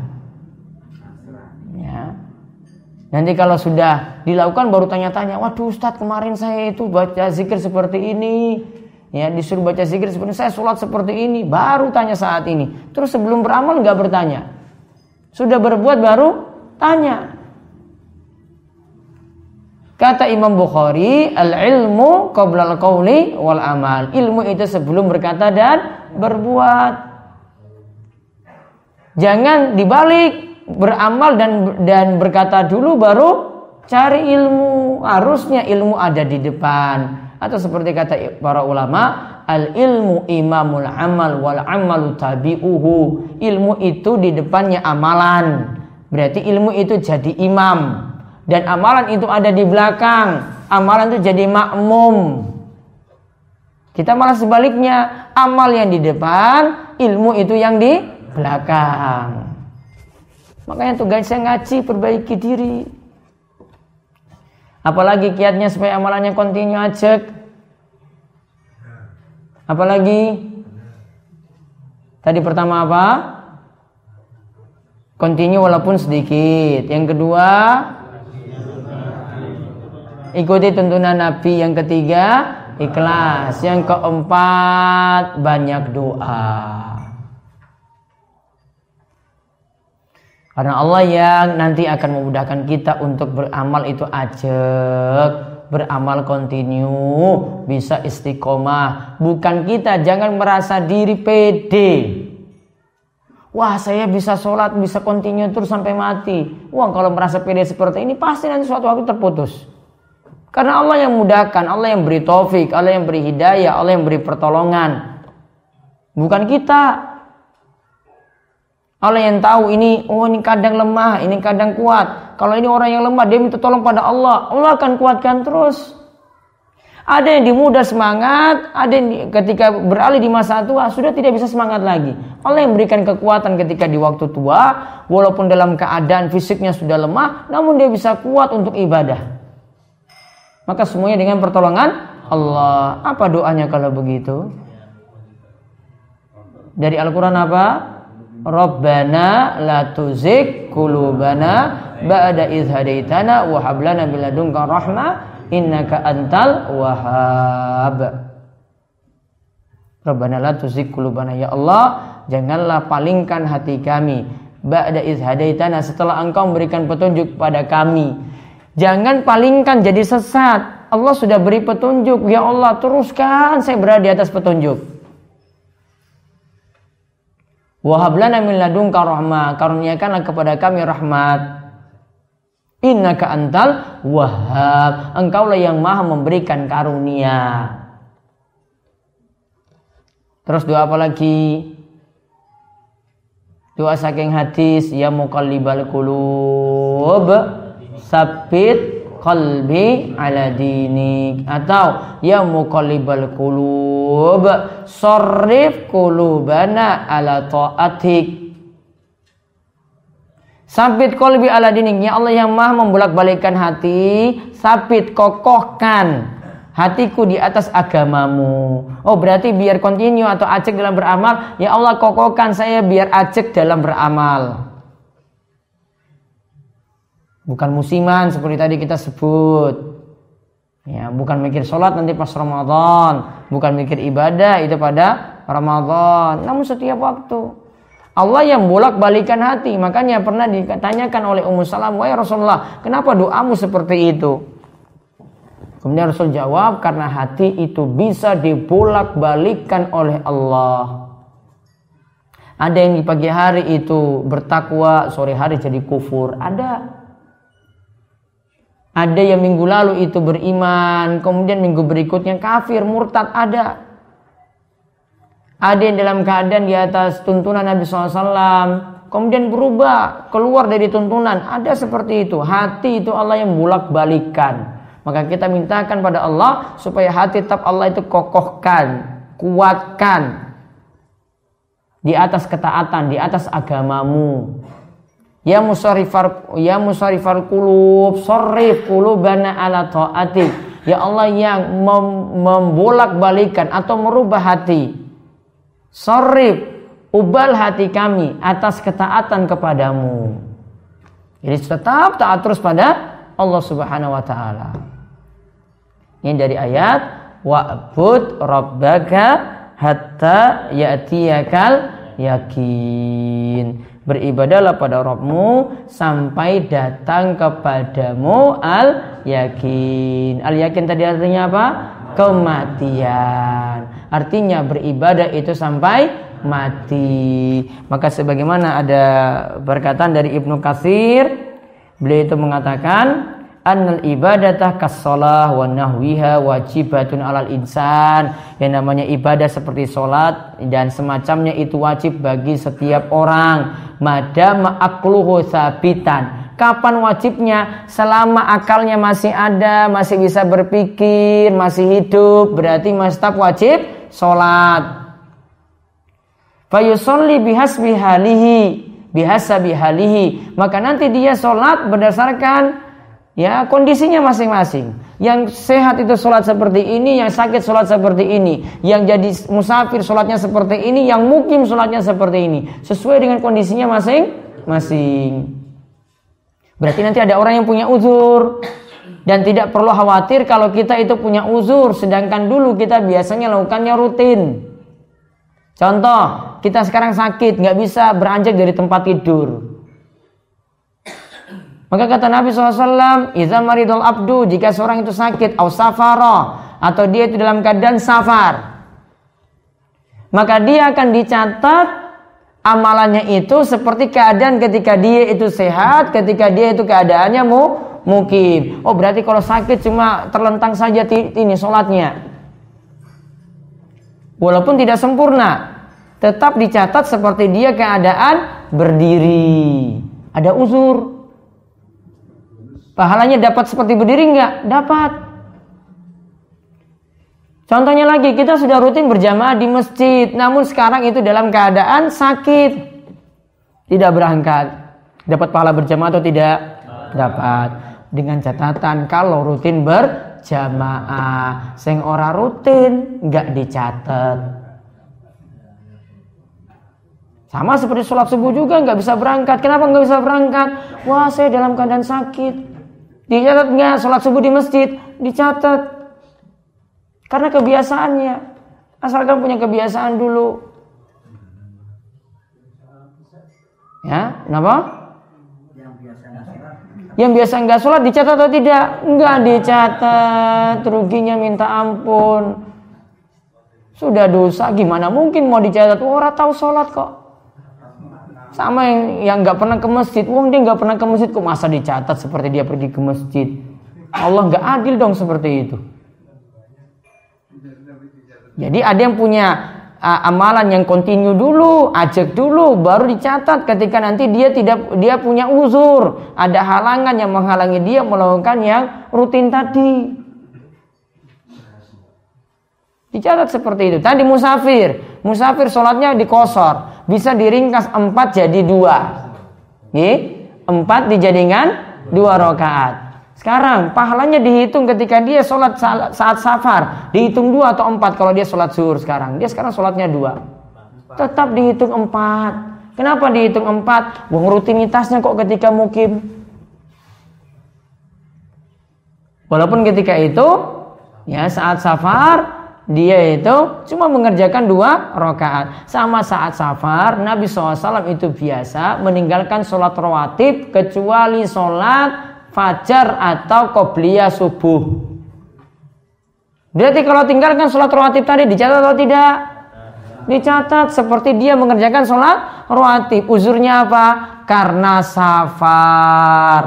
Speaker 1: Ya. Nanti kalau sudah dilakukan baru tanya-tanya, waduh Ustadz kemarin saya itu baca zikir seperti ini, ya disuruh baca zikir seperti ini, saya sholat seperti ini, baru tanya saat ini. Terus sebelum beramal nggak bertanya, sudah berbuat baru tanya. Kata Imam Bukhari, al-ilmu qabla al-qawli wal amal. Ilmu itu sebelum berkata dan berbuat. Jangan dibalik. beramal dan berkata dulu baru cari ilmu. Harusnya ilmu ada di depan. Atau seperti kata para ulama, al ilmu imamul amal wal amalu tabi'uhu. Ilmu itu di depannya amalan. Berarti ilmu itu jadi imam. Dan amalan itu ada di belakang. Amalan itu jadi makmum. Kita malah sebaliknya, amal yang di depan, ilmu itu yang di belakang. Makanya tugasnya ngaji, perbaiki diri. Apalagi kiatnya supaya amalannya kontinu ajak. Apalagi tadi pertama apa? Kontinu walaupun sedikit. Yang kedua, ikuti tuntunan Nabi. Yang ketiga, ikhlas. Yang keempat, banyak doa. Karena Allah yang nanti akan memudahkan kita untuk beramal itu ajak, beramal kontinu, bisa istiqomah. Bukan kita, jangan merasa diri pede. Wah, saya bisa sholat, bisa kontinu terus sampai mati. Wah, kalau merasa pede seperti ini, pasti nanti suatu waktu terputus. Karena Allah yang mudahkan, Allah yang beri taufik, Allah yang beri hidayah, Allah yang beri pertolongan. Bukan kita. Allah yang tahu ini, oh ini kadang lemah, ini kadang kuat. Kalau ini orang yang lemah, dia minta tolong pada Allah. Allah akan kuatkan terus. Ada yang di muda semangat, ada yang ketika beralih di masa tua, sudah tidak bisa semangat lagi. Allah yang berikan kekuatan ketika di waktu tua, walaupun dalam keadaan fisiknya sudah lemah, namun dia bisa kuat untuk ibadah. Maka semuanya dengan pertolongan Allah. Apa doanya kalau begitu? Dari Al-Quran apa? Rabbana la tuzigh qulubana ba'da idh hadaitana wa hab lana min ladunka rahmah innaka antal wahhab. Rabbana la tuzigh qulubana, ya Allah, janganlah palingkan hati kami ba'da idh hadaitana, setelah Engkau memberikan petunjuk pada kami. Jangan palingkan jadi sesat. Allah sudah beri petunjuk, ya Allah, teruskan saya berada di atas petunjuk. Wahab lana min ladunka rahmah, karuniakanlah kepada kami rahmat. Innaka antal wahhab, Engkaulah yang maha memberikan karunia. Terus doa apa lagi? Doa saking hadis, ya muqallibal qulub sabbit qalbi ala dinik, atau ya muqallibal qulub sharrif qulubana ala ta'atik. Sabit qalbi ala dinik, ya Allah yang maha membolak-balikkan hati, sabit, kokohkan hatiku di atas agamamu. Oh, berarti biar continue atau ajak dalam beramal, ya Allah kokohkan saya biar ajak dalam beramal. Bukan musiman seperti tadi kita sebut. Ya, bukan mikir sholat nanti pas Ramadan, bukan mikir ibadah itu pada Ramadan, namun setiap waktu. Allah yang bolak-balikan hati. Makanya pernah ditanyakan oleh Ummu Salam, wahai Rasulullah, kenapa doamu seperti itu? Kemudian Rasul jawab, karena hati itu bisa dibolak-balikan oleh Allah. Ada yang di pagi hari itu bertakwa, sore hari jadi kufur. Ada yang minggu lalu itu beriman, kemudian minggu berikutnya kafir, murtad. Ada yang dalam keadaan di atas tuntunan Nabi SAW, kemudian berubah, keluar dari tuntunan. Ada seperti itu. Hati itu Allah yang bolak-balikan. Maka kita mintakan pada Allah supaya hati tetap Allah itu kokohkan, kuatkan di atas ketaatan, di atas agamamu. Ya musarrifal qulub, sharrif qulubana ala ta'atik. Ya Allah yang membolak-balikan atau merubah hati. Sharrif, ubal hati kami atas ketaatan kepadamu. Jadi tetap taat terus pada Allah Subhanahu wa taala. Ini dari ayat wa'bud rabbaka hatta ya'tiyakal yakin. Beribadahlah pada Rabbmu sampai datang kepadamu al-yakin. Al-yakin tadi artinya apa? Kematian. Artinya beribadah itu sampai mati. Maka sebagaimana ada perkataan dari Ibnu Katsir, beliau itu mengatakan annal ibadatah kas-shalah wa nahwiha wajibatun 'alal insan. Yang namanya ibadah seperti salat dan semacamnya itu wajib bagi setiap orang. Madama aqluhu sabitan. Kapan wajibnya? Selama akalnya masih ada, masih bisa berpikir, masih hidup, berarti masih tetap wajib salat. Fayusolli bihasbi halihi, bihasabi halihi. Maka nanti dia salat berdasarkan ya kondisinya masing-masing. Yang sehat itu sholat seperti ini, yang sakit sholat seperti ini, yang jadi musafir sholatnya seperti ini, yang mukim sholatnya seperti ini, sesuai dengan kondisinya masing-masing. Berarti nanti ada orang yang punya uzur, dan tidak perlu khawatir kalau kita itu punya uzur, sedangkan dulu kita biasanya lakukannya rutin. Contoh, kita sekarang sakit, nggak bisa beranjak dari tempat tidur. Maka kata Nabi SAW, "Idza maridul abdu," jika seorang itu sakit, au safara, atau dia itu dalam keadaan safar, maka dia akan dicatat amalannya itu seperti keadaan ketika dia itu sehat, ketika dia itu keadaannya mukim. Oh, berarti kalau sakit cuma terlentang saja ini sholatnya, walaupun tidak sempurna, tetap dicatat seperti dia keadaan berdiri. Ada uzur. Pahalanya dapat seperti berdiri enggak? Dapat. Contohnya lagi, kita sudah rutin berjamaah di masjid, namun sekarang itu dalam keadaan sakit, tidak berangkat. Dapat pahala berjamaah atau tidak? Dapat. Dengan catatan kalau rutin berjamaah, sing ora rutin enggak dicatat. Sama seperti sholat subuh juga nggak bisa berangkat. Kenapa nggak bisa berangkat? Wah, saya dalam keadaan sakit. Dicatat nggak sholat subuh di masjid? Dicatat. Karena kebiasaannya. Asalkan punya kebiasaan dulu. Ya, kenapa? Yang biasa nggak sholat dicatat atau tidak? Nggak dicatat. Ruginya minta ampun. Sudah dosa, gimana mungkin mau dicatat? Orang tahu sholat kok. Sama yang nggak pernah ke masjid, dia nggak pernah ke masjid, kok masa dicatat seperti dia pergi ke masjid? Allah nggak adil dong seperti itu. Jadi ada yang punya amalan yang kontinu dulu, ajak dulu, baru dicatat ketika nanti dia punya uzur, ada halangan yang menghalangi dia melakukan yang rutin tadi. Dicatat seperti itu. Tadi musafir sholatnya dikosor, bisa diringkas 4 jadi 2. 4 dijadikan 2 rakaat. Sekarang pahalanya dihitung ketika dia sholat saat safar, dihitung 2 atau 4 kalau dia sholat zuhur sekarang. Dia sekarang sholatnya 2. Tetap dihitung 4. Kenapa dihitung 4? Wong rutinitasnya kok ketika mukim. Walaupun ketika itu ya saat safar dia itu cuma mengerjakan 2 rakaat. Sama saat safar, Nabi SAW itu biasa meninggalkan sholat rawatib kecuali sholat fajar atau qobliyah subuh. Berarti kalau tinggalkan sholat rawatib tadi dicatat atau tidak? Dicatat seperti dia mengerjakan sholat rawatib. Uzurnya apa? Karena safar.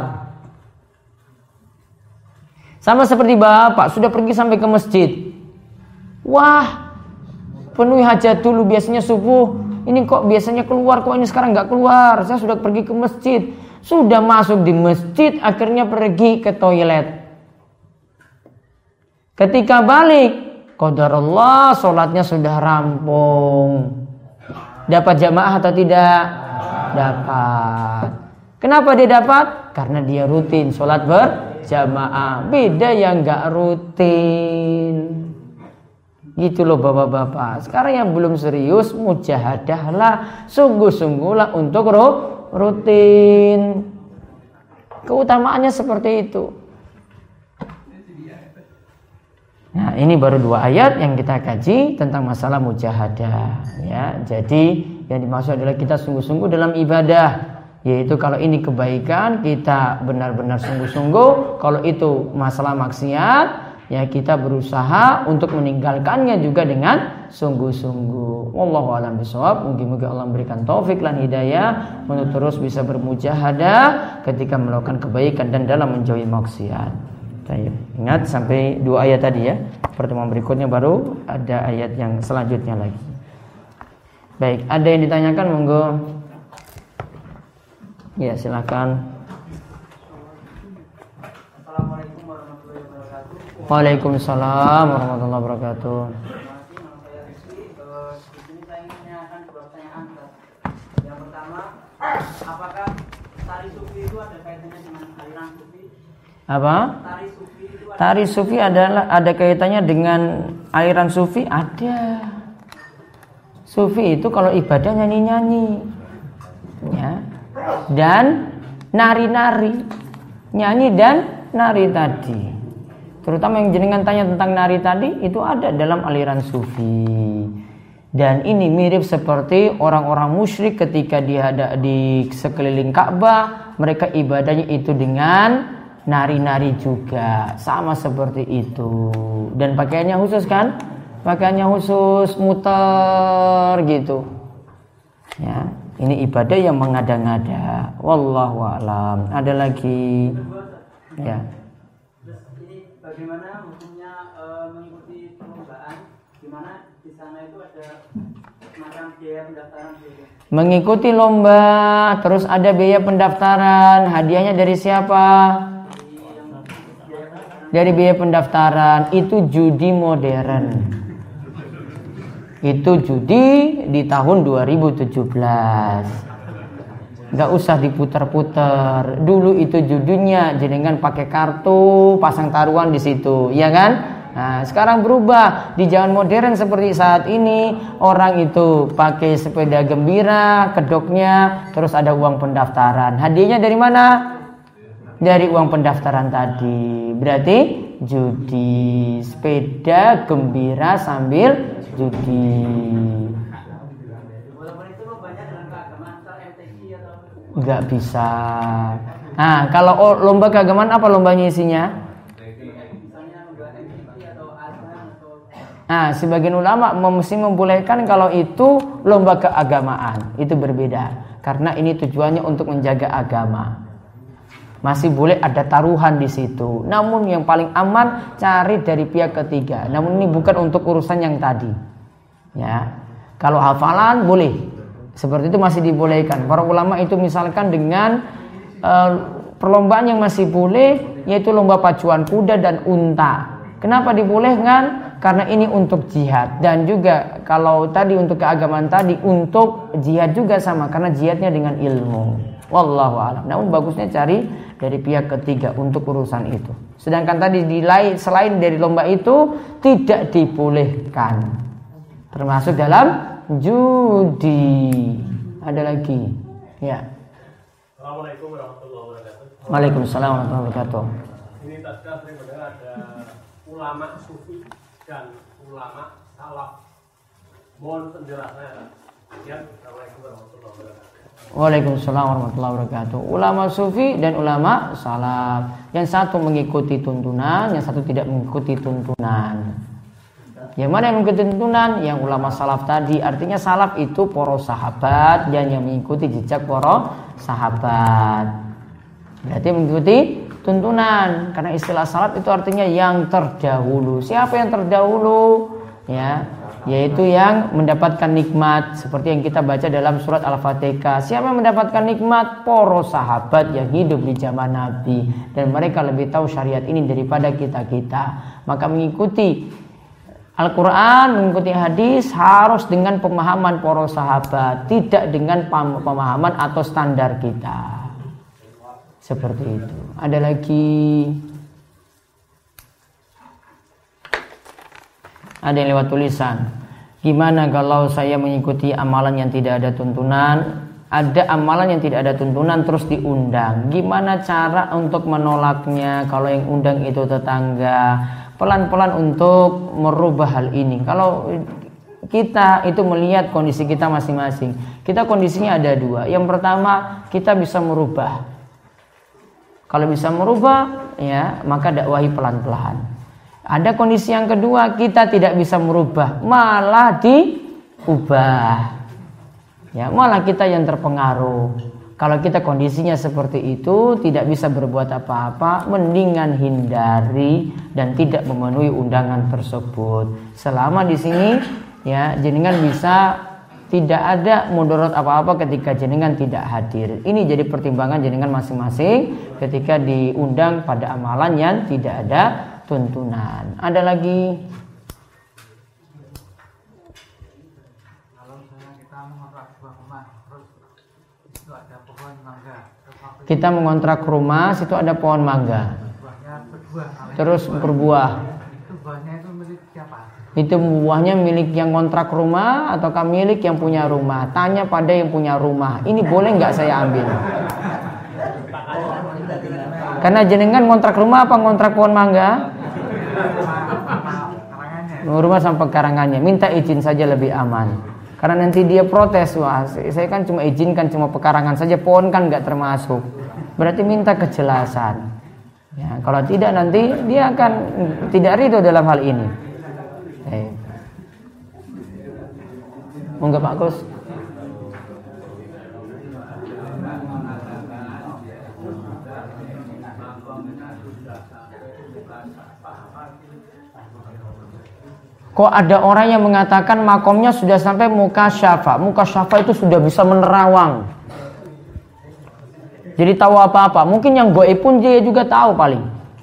Speaker 1: Sama seperti bapak sudah pergi sampai ke masjid. Wah, penuhi hajat dulu biasanya subuh. Ini kok biasanya keluar, kok ini sekarang nggak keluar. Saya sudah pergi ke masjid, sudah masuk di masjid, akhirnya pergi ke toilet. Ketika balik, qadarullah sholatnya sudah rampung. Dapat jamaah atau tidak? Dapat. Kenapa dia dapat? Karena dia rutin sholat berjamaah. Beda yang nggak rutin. Gitu loh bapak-bapak. Sekarang yang belum serius, mujahadahlah, sungguh-sungguhlah untuk rutin. Keutamaannya seperti itu. Nah, ini baru 2 ayat yang kita kaji tentang masalah mujahadah. Ya, jadi yang dimaksud adalah kita sungguh-sungguh dalam ibadah. Yaitu kalau ini kebaikan, kita benar-benar sungguh-sungguh. Kalau itu masalah maksiat, ya kita berusaha untuk meninggalkannya juga dengan sungguh-sungguh. Wallahu a'lam bishawab. Mungkin Allah memberikan taufik dan hidayah untuk terus bisa bermujahadah ketika melakukan kebaikan dan dalam menjauhi maksiat. Baik, ingat sampai 2 ayat tadi ya. Pertemuan berikutnya baru ada ayat yang selanjutnya lagi. Baik, ada yang ditanyakan monggo. Ya, silakan.
Speaker 2: Assalamualaikum warahmatullahi wabarakatuh.
Speaker 1: Waalaikumsalam warahmatullahi wabarakatuh.
Speaker 2: Di sini saya ingin menanyakan 2 pertanyaan. Yang pertama, apakah tari sufi itu ada kaitannya dengan aliran sufi?
Speaker 1: Apa?
Speaker 2: Tari sufi itu
Speaker 1: Tari sufi ada kaitannya dengan aliran sufi? Ada. Sufi itu kalau ibadah nyanyi-nyanyi, ya, dan nari-nari, nyanyi dan nari tadi. Terutama yang jenengan tanya tentang nari tadi itu ada dalam aliran sufi. Dan ini mirip seperti orang-orang musyrik ketika di sekeliling Ka'bah, mereka ibadahnya itu dengan nari-nari juga, sama seperti itu. Dan pakaiannya khusus kan? Pakaiannya khusus, muter gitu. Ya, ini ibadah yang mengada-ngada. Wallahu a'lam. Ada lagi? Ya.
Speaker 2: Terus ini bagaimana hukumnya mengikuti perlombaan di mana di sana itu ada semacam biaya pendaftaran gitu.
Speaker 1: Mengikuti lomba, terus ada biaya pendaftaran. Hadiahnya dari siapa? Dari biaya pendaftaran. Itu judi modern. Itu judi di tahun 2017. Gak usah diputar-putar. Dulu itu judinya jenengan pakai kartu, pasang taruhan di situ, ya kan? Nah, sekarang berubah di zaman modern seperti saat ini, orang itu pakai sepeda gembira, kedoknya, terus ada uang pendaftaran. Hadiahnya dari mana? Dari uang pendaftaran tadi. Berarti judi, sepeda gembira sambil judi.
Speaker 2: Walaupun itu lombanya dengan keagamaan, misal MTQ atau
Speaker 1: Nggak bisa. Nah, kalau lomba keagamaan apa lombanya isinya?
Speaker 2: misalnya lomba MTQ atau azan atau
Speaker 1: Nah, sebagian ulama mesti membolehkan kalau itu lomba keagamaan. Itu berbeda. Karena ini tujuannya untuk menjaga agama. Masih boleh ada taruhan di situ. Namun yang paling aman cari dari pihak ketiga. Namun ini bukan untuk urusan yang tadi. Ya. Kalau hafalan boleh. Seperti itu masih dibolehkan. Para ulama itu misalkan dengan perlombaan yang masih boleh, yaitu lomba pacuan kuda dan unta. Kenapa dibolehkan? Karena ini untuk jihad. Dan juga kalau tadi untuk keagamaan tadi, untuk jihad juga sama. Karena jihadnya dengan ilmu. Wallahu a'lam. Namun bagusnya cari dari pihak ketiga untuk urusan itu. Sedangkan tadi selain dari lomba itu tidak dibolehkan. Termasuk dalam judi. Ada lagi. Ya.
Speaker 3: Assalamualaikum warahmatullahi wabarakatuh.
Speaker 1: Waalaikumsalam warahmatullahi wabarakatuh.
Speaker 3: Ini tadi sering mendengar ada ulama sufi dan ulama salaf. Mohon penjelasannya. Sekian. Assalamualaikum warahmatullahi wabarakatuh.
Speaker 1: Waalaikumsalam warahmatullahi wabarakatuh. Ulama sufi dan ulama salaf. Yang satu mengikuti tuntunan, yang satu tidak mengikuti tuntunan. Yang mana yang mengikuti tuntunan? Yang ulama salaf tadi. Artinya salaf itu para sahabat dan yang mengikuti jejak para sahabat. Berarti mengikuti tuntunan. Karena istilah salaf itu artinya yang terdahulu. Siapa yang terdahulu? Ya, yaitu yang mendapatkan nikmat seperti yang kita baca dalam surat Al-Fatihah. Siapa yang mendapatkan nikmat? Para sahabat yang hidup di zaman Nabi, dan mereka lebih tahu syariat ini daripada kita-kita. Maka mengikuti Al-Quran, mengikuti hadis harus dengan pemahaman para sahabat, tidak dengan pemahaman atau standar kita. Seperti itu. Ada lagi? Ada yang lewat tulisan. Gimana kalau saya mengikuti amalan yang tidak ada tuntunan? Ada amalan yang tidak ada tuntunan terus diundang. Gimana cara untuk menolaknya? Kalau yang undang itu tetangga, pelan-pelan untuk merubah hal ini. Kalau kita itu melihat kondisi kita masing-masing, kita kondisinya ada dua. Yang pertama, kita bisa merubah. Kalau bisa merubah, ya maka dakwahi pelan-pelan. Ada kondisi yang kedua, kita tidak bisa merubah, malah diubah. Ya, malah kita yang terpengaruh. Kalau kita kondisinya seperti itu, tidak bisa berbuat apa-apa, mendingan hindari dan tidak memenuhi undangan tersebut. Selama di sini, ya, jenengan bisa tidak ada mudarat apa-apa ketika jenengan tidak hadir. Ini jadi pertimbangan jenengan masing-masing ketika diundang pada amalan yang tidak ada tuntunan. Ada lagi?
Speaker 2: Kalau misalnya kita mengontrak sebuah rumah, terus itu ada pohon mangga,
Speaker 1: Kita mengontrak rumah, situ ada pohon mangga,
Speaker 2: buahnya berbuah,
Speaker 1: terus berbuah.
Speaker 2: itu buahnya itu milik siapa?
Speaker 1: Itu buahnya milik yang kontrak rumah ataukah milik yang punya rumah? Tanya pada yang punya rumah. Ini boleh nggak saya ambil? Karena jenengan kontrak rumah apa kontrak pohon mangga? Rumah sampai karangannya. Minta izin saja lebih aman. Karena nanti dia protes, wah saya kan cuma izinkan cuma pekarangan saja, pohon kan nggak termasuk. Berarti minta kejelasan. Ya, kalau tidak nanti dia akan tidak ridho dalam hal ini. Enggak Pak Kus. Kok ada orang yang mengatakan makomnya sudah sampai muka syafa. Muka syafa itu sudah bisa menerawang. Jadi tahu apa-apa. Mungkin yang goib pun dia juga tahu paling.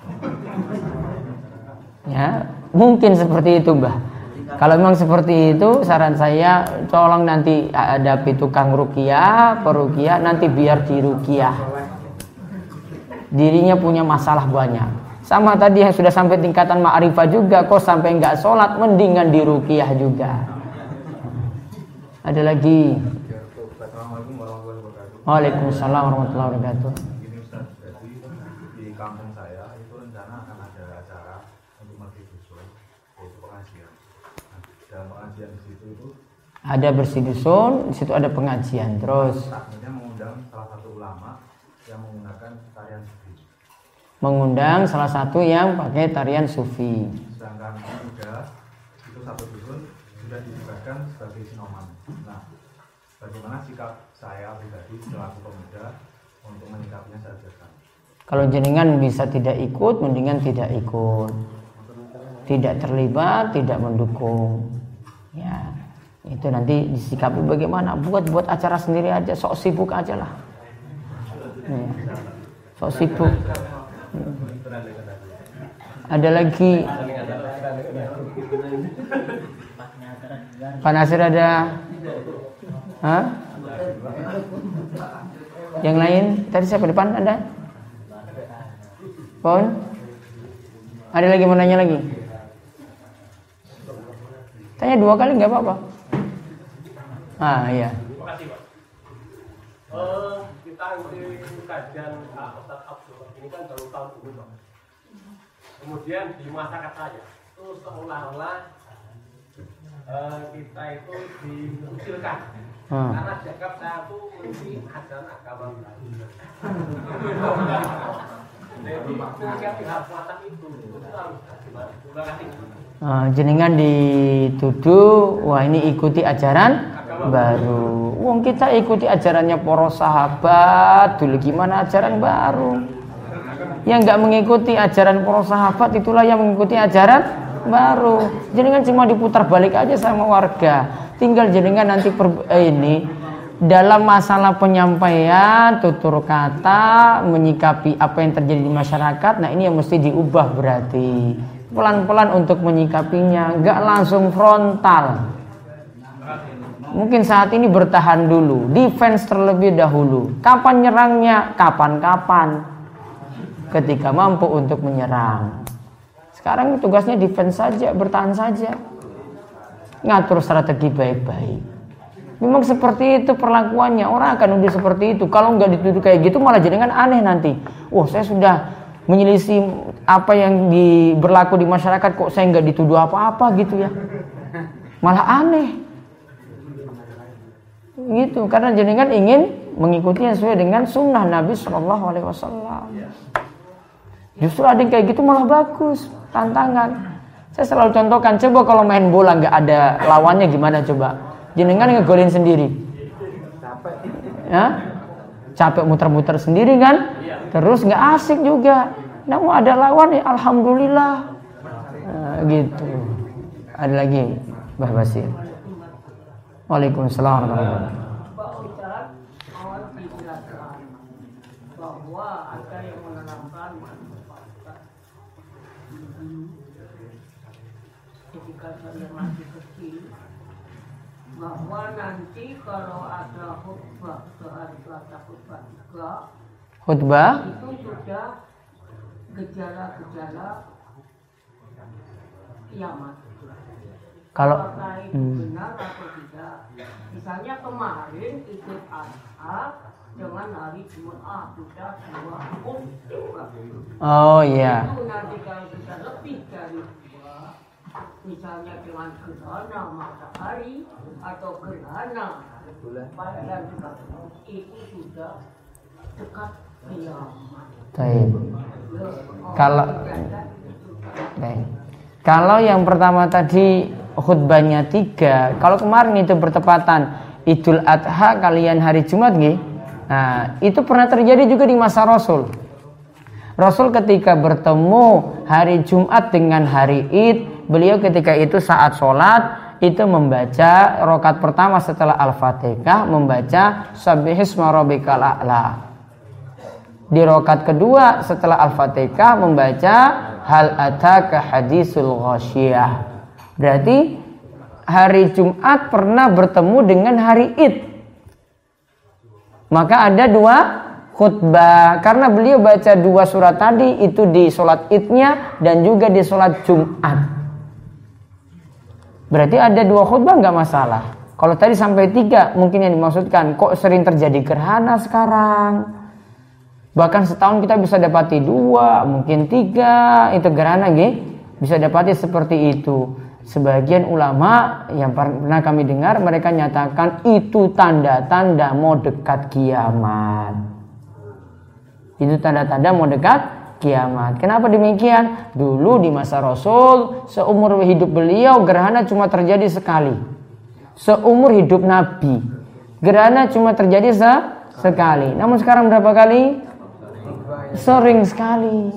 Speaker 1: Ya, mungkin seperti itu, Mbah. Kalau memang seperti itu, saran saya tolong nanti hadapi tukang ruqyah, peruqyah, nanti biar diruqyah. Dirinya punya masalah banyak. Sama tadi yang sudah sampai tingkatan ma'rifah juga, kok sampai enggak sholat, mendingan diruqyah juga. Ada lagi?
Speaker 4: Assalamualaikum warahmatullahi wabarakatuh.
Speaker 1: Waalaikumsalam warahmatullahi wabarakatuh.
Speaker 4: Ini Ustaz, jadi di kampung saya itu rencana akan ada acara untuk masjid dusun, yaitu pengajian. Nah, dalam pengajian di situ itu
Speaker 1: Ada bersih dusun, di situ ada pengajian. Terus
Speaker 4: takdirnya mengundang salah satu ulama yang menggunakan tarian sufi.
Speaker 1: mengundang salah satu yang pakai tarian sufi.
Speaker 4: Sedangkan pemuda itu satu dusun sudah ditugaskan sebagai sinoman. Nah, bagaimana sikap saya pribadi selaku pemuda untuk menyikapinya saya jelaskan.
Speaker 1: Kalau jenengan bisa tidak ikut, mendingan tidak ikut. Tidak terlibat, tidak mendukung. Ya, itu nanti disikapi bagaimana. Buat acara sendiri aja, sok sibuk aja lah. Ya, sok sibuk. Ada lagi? Pak Nasir ada? Hah? Yang lain? Tadi siapa depan ada? Pon? Ada lagi mau nanya lagi? Tanya 2 kali nggak apa-apa. Ah iya.
Speaker 3: Terima kasih Pak. Kita ikuti kajian Ustaz Abdul ini kan baru tahun dulu Pak. Kemudian di masyarakat saya itu seolah-olah kita itu dikucilkan karena dianggap saya itu memiliki ajaran agama baru. Jadi menyikapi hal semacam itu harus gimana? Terima kasih.
Speaker 1: Jenengan dituduh, wah ini ikuti ajaran baru. Wong kita ikuti ajarannya para sahabat dulu, gimana ajaran baru? Yang nggak mengikuti ajaran para sahabat itulah yang mengikuti ajaran baru. Jenengan cuma diputar balik aja sama warga. Tinggal jenengan nanti ini dalam masalah penyampaian tutur kata, menyikapi apa yang terjadi di masyarakat. Nah ini yang mesti diubah berarti. Pelan-pelan untuk menyikapinya, nggak langsung frontal. Mungkin saat ini bertahan dulu, defense terlebih dahulu. Kapan nyerangnya? Kapan-kapan. Ketika mampu untuk menyerang. Sekarang tugasnya defense saja, bertahan saja. Ngatur strategi baik-baik. Memang seperti itu perlakuannya. Orang akan nuduh seperti itu. Kalau nggak dituduh kayak gitu malah jadikan aneh nanti. Wah, saya sudah menyelisih apa yang berlaku di masyarakat, kok saya nggak dituduh apa-apa gitu ya. Malah aneh. Gitu, karena jenengan ingin mengikuti yang sesuai dengan sunnah Nabi SAW. Justru ada yang kayak gitu malah bagus, tantangan. Saya selalu contohkan, coba kalau main bola nggak ada lawannya gimana coba? Jenengan ngegolin sendiri. Ya? Capek muter-muter sendiri kan? Terus nggak asik juga. Namun ada lawan ya alhamdulillah. Nah, gitu. Ada lagi Mbah Basir. Waalaikumsalam warahmatullahi wabarakatuh.
Speaker 5: Pak Ustaz, awal dijelaskan bahwa ada yang menanamkan manfaat ketika saya masih kecil, bahwa nanti kalau ada khutbah sehari Selasa khutbah juga
Speaker 1: Khutbah
Speaker 5: itu sudah gejala-gejala kiamat.
Speaker 1: kalau
Speaker 5: Apakah itu benar atau tidak? Misalnya kemarin Idul Adha dengan hari Jumat sudah 2 khutbah.
Speaker 1: oh iya.
Speaker 5: Itu nanti kalau sudah lebih dari 2, misalnya dengan gerhana matahari atau gerhana bulan itu sudah dekat kiamat.
Speaker 1: Baik. Kalau yang pertama tadi khutbahnya 3, kalau kemarin itu bertepatan Idul Adha kalian hari Jumat nggih. Nah, itu pernah terjadi juga di masa Rasul. Rasul ketika bertemu hari Jumat dengan hari Id, beliau ketika itu saat sholat itu membaca rakaat pertama setelah Al-Fatihah membaca Sabbihisma rabbikal a'la. Di rakaat kedua setelah Al-Fatihah membaca Hal ataka hadisul ghasyiyah. Berarti hari Jumat pernah bertemu dengan hari Id. Maka ada 2 khutbah karena beliau baca 2 surat tadi itu di sholat Idnya dan juga di sholat Jumat. Berarti ada 2 khutbah nggak masalah. Kalau tadi sampai 3 mungkin yang dimaksudkan kok sering terjadi gerhana sekarang. Bahkan setahun kita bisa dapati 2, mungkin 3 itu gerhana nggih. Bisa dapati seperti itu. Sebagian ulama yang pernah kami dengar mereka nyatakan itu tanda-tanda mau dekat kiamat. Itu tanda-tanda mau dekat kiamat. Kenapa demikian? Dulu di masa Rasul seumur hidup beliau gerhana cuma terjadi sekali. Seumur hidup Nabi gerhana cuma terjadi sekali. Namun sekarang berapa kali? Sering sekali.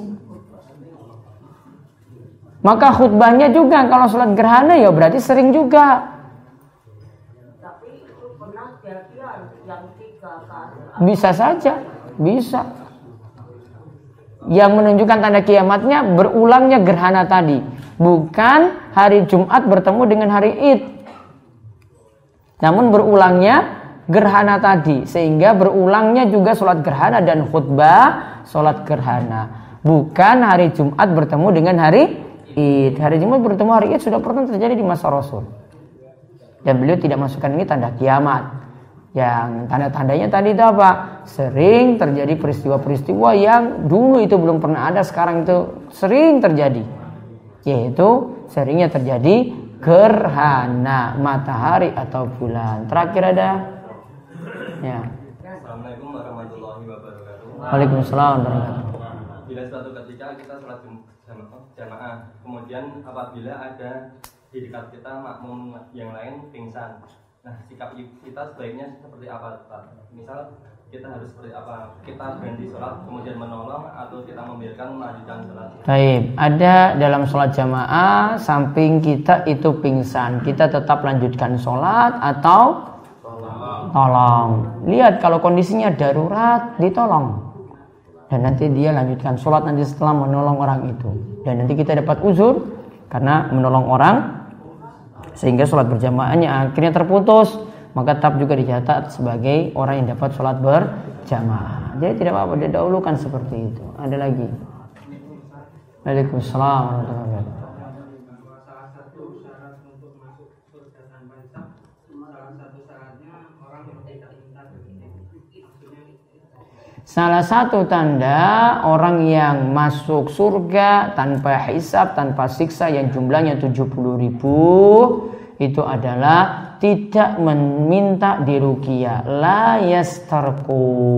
Speaker 1: Maka khutbahnya juga kalau sholat gerhana ya berarti sering juga.
Speaker 5: Tapi itu pernah kejadian yang 3 kali.
Speaker 1: Bisa saja, bisa. Yang menunjukkan tanda kiamatnya berulangnya gerhana tadi, bukan hari Jumat bertemu dengan hari Id. Namun berulangnya gerhana tadi, sehingga berulangnya juga sholat gerhana dan khutbah sholat gerhana, bukan hari Jumat bertemu dengan hari Id. Hari Jumat bertemu hari Id sudah pernah terjadi di masa Rasul. Dan beliau tidak masukkan ini tanda kiamat. Yang tanda-tandanya tadi itu apa? Sering terjadi peristiwa-peristiwa yang dulu itu belum pernah ada, sekarang itu sering terjadi. Yaitu seringnya terjadi gerhana matahari atau bulan. Terakhir ada? Ya.
Speaker 6: Assalamualaikum warahmatullahi wabarakatuh.
Speaker 1: Waalaikumsalam warahmatullahi wabarakatuh.
Speaker 6: Bila suatu ketika kita sholat jamaah, kemudian apabila ada di dekat kita makmum yang lain pingsan, nah sikap kita sebaiknya seperti apa, Pak? Misal kita harus seperti apa? Kita berhenti sholat kemudian menolong atau kita membiarkan melanjutkan sholat?
Speaker 1: Baik, ada dalam sholat jamaah samping kita itu pingsan, kita tetap lanjutkan sholat atau tolong. Lihat kalau kondisinya darurat ditolong. Dan nanti dia lanjutkan sholat nanti setelah menolong orang itu. Dan nanti kita dapat uzur karena menolong orang sehingga sholat berjamaahnya akhirnya terputus. Maka tetap juga dicatat sebagai orang yang dapat sholat berjamaah. Jadi tidak apa-apa, didahulukan seperti itu. Ada lagi. Waalaikumsalam warahmatullahi wabarakatuh.
Speaker 2: Salah satu syarat untuk masuk surga tanpa hisab, salah satu syaratnya orang yang tidak minta
Speaker 1: Salah satu tanda orang yang masuk surga tanpa hisab, tanpa siksa yang jumlahnya 70.000 itu adalah tidak meminta diruqyah, la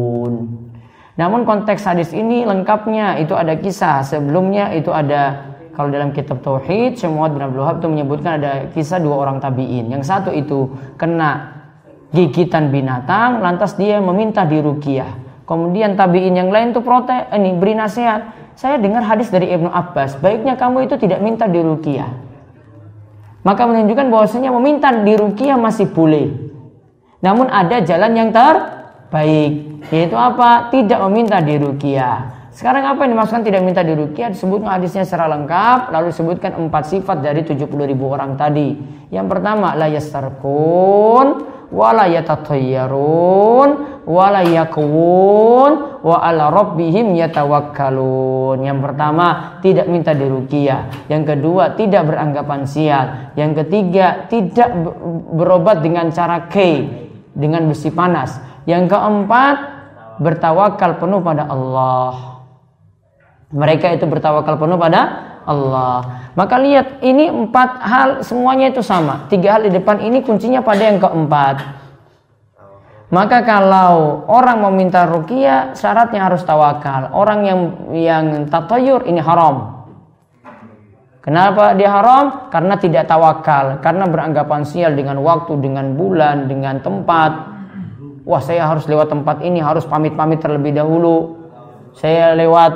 Speaker 1: yastarqun. Namun konteks hadis ini lengkapnya itu ada kisah sebelumnya, itu ada kalau dalam kitab Tauhid, Syekh Muhammad bin Abdul Wahab itu menyebutkan ada kisah 2 orang tabi'in. Yang satu itu kena gigitan binatang, lantas dia meminta diruqyah. Kemudian tabi'in yang lain itu protes, beri nasihat. Saya dengar hadis dari Ibnu Abbas, baiknya kamu itu tidak minta diruqyah. Maka menunjukkan bahwasanya meminta diruqyah masih boleh. Namun ada jalan yang terbaik, yaitu apa? Tidak meminta diruqyah. Sekarang apa yang dimaksudkan tidak minta diruqyah? Disebutkan hadisnya secara lengkap, lalu disebutkan 4 sifat dari 70.000 orang tadi. Yang pertama, la yastarqun, wa la yatatayyarun, wa la yakwun, wa ala rabbihim yatawakkalun. Yang pertama, tidak minta diruqyah. Yang kedua, tidak beranggapan sial. Yang ketiga, tidak berobat dengan cara dengan besi panas. Yang keempat, bertawakal penuh pada Allah. Mereka itu bertawakal penuh pada Allah. Maka lihat, ini 4 hal semuanya itu sama. 3 hal di depan ini kuncinya pada yang keempat. Maka kalau orang meminta ruqyah, syaratnya harus tawakal. Orang yang tatayur ini haram. Kenapa dia haram? Karena tidak tawakal, karena beranggapan sial dengan waktu, dengan bulan, dengan tempat. Wah, saya harus lewat tempat ini, harus pamit-pamit terlebih dahulu. Saya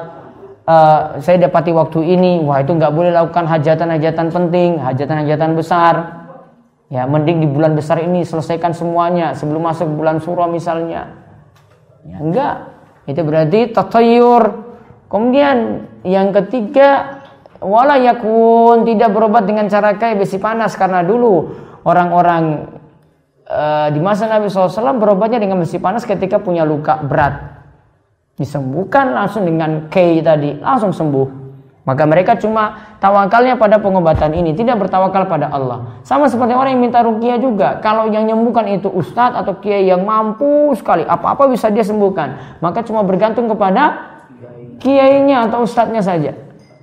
Speaker 1: dapati waktu ini, wah itu nggak boleh lakukan hajatan-hajatan penting, hajatan-hajatan besar. Ya, mending di bulan besar ini selesaikan semuanya sebelum masuk bulan Syuro misalnya. Ya, enggak. Itu berarti tatayur. Kemudian yang ketiga, wala yakun, tidak berobat dengan cara kayak besi panas, karena dulu orang-orang di masa Nabi SAW berobatnya dengan besi panas ketika punya luka berat. Disembuhkan langsung dengan tadi, langsung sembuh. Maka mereka cuma tawakalnya pada pengobatan ini, tidak bertawakal pada Allah. Sama seperti orang yang minta ruqyah juga. Kalau yang menyembuhkan itu ustadz atau kiai yang mampu sekali, apa-apa bisa dia sembuhkan, maka cuma bergantung kepada kiainya atau ustadznya saja.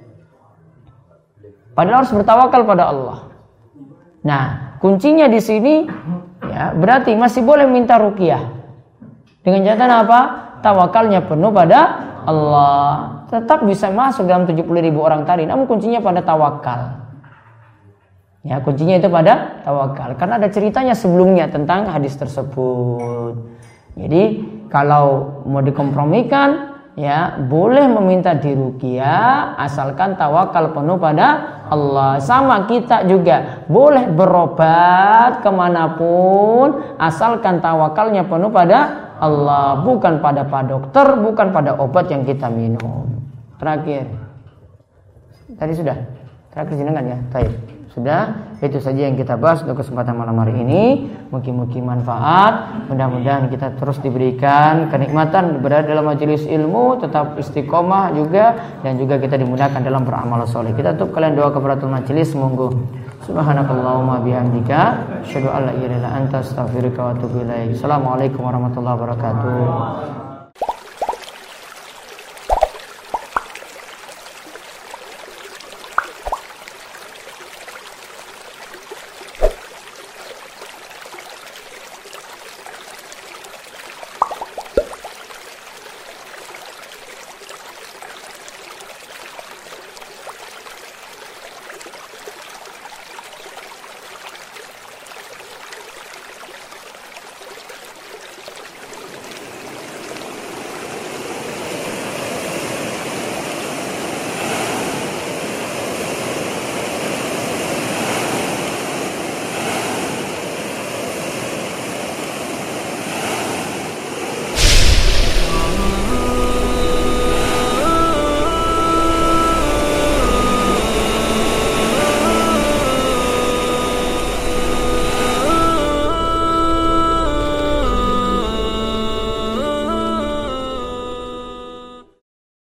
Speaker 1: Padahal harus bertawakal pada Allah. Nah, kuncinya di sini ya, berarti masih boleh minta ruqyah. Dengan catatan apa? Tawakalnya penuh pada Allah. Tetap bisa masuk dalam 70.000 orang tadi, namun kuncinya pada tawakal. Ya, kuncinya itu pada tawakal. Karena ada ceritanya sebelumnya tentang hadis tersebut. Jadi, kalau mau dikompromikan, ya boleh meminta diruqyah asalkan tawakal penuh pada Allah. Sama kita juga boleh berobat kemanapun asalkan tawakalnya penuh pada Allah, bukan pada dokter, bukan pada obat yang kita minum. Terakhir, tadi sudah terakhir jenengan ya, baik. Sudah, itu saja yang kita bahas untuk kesempatan malam hari ini. Mungkin manfaat. Mudah-mudahan kita terus diberikan kenikmatan berada dalam majelis ilmu, tetap istiqomah juga, dan juga kita dimudahkan dalam beramal soleh. Kita tutup kalian doa kafaratul majelis. Monggo. Subhanakallahumma bihamdika, asyhadu an la ilaha illa anta, astaghfiruka wa atubu ilaik. Assalamualaikum warahmatullahi wabarakatuh.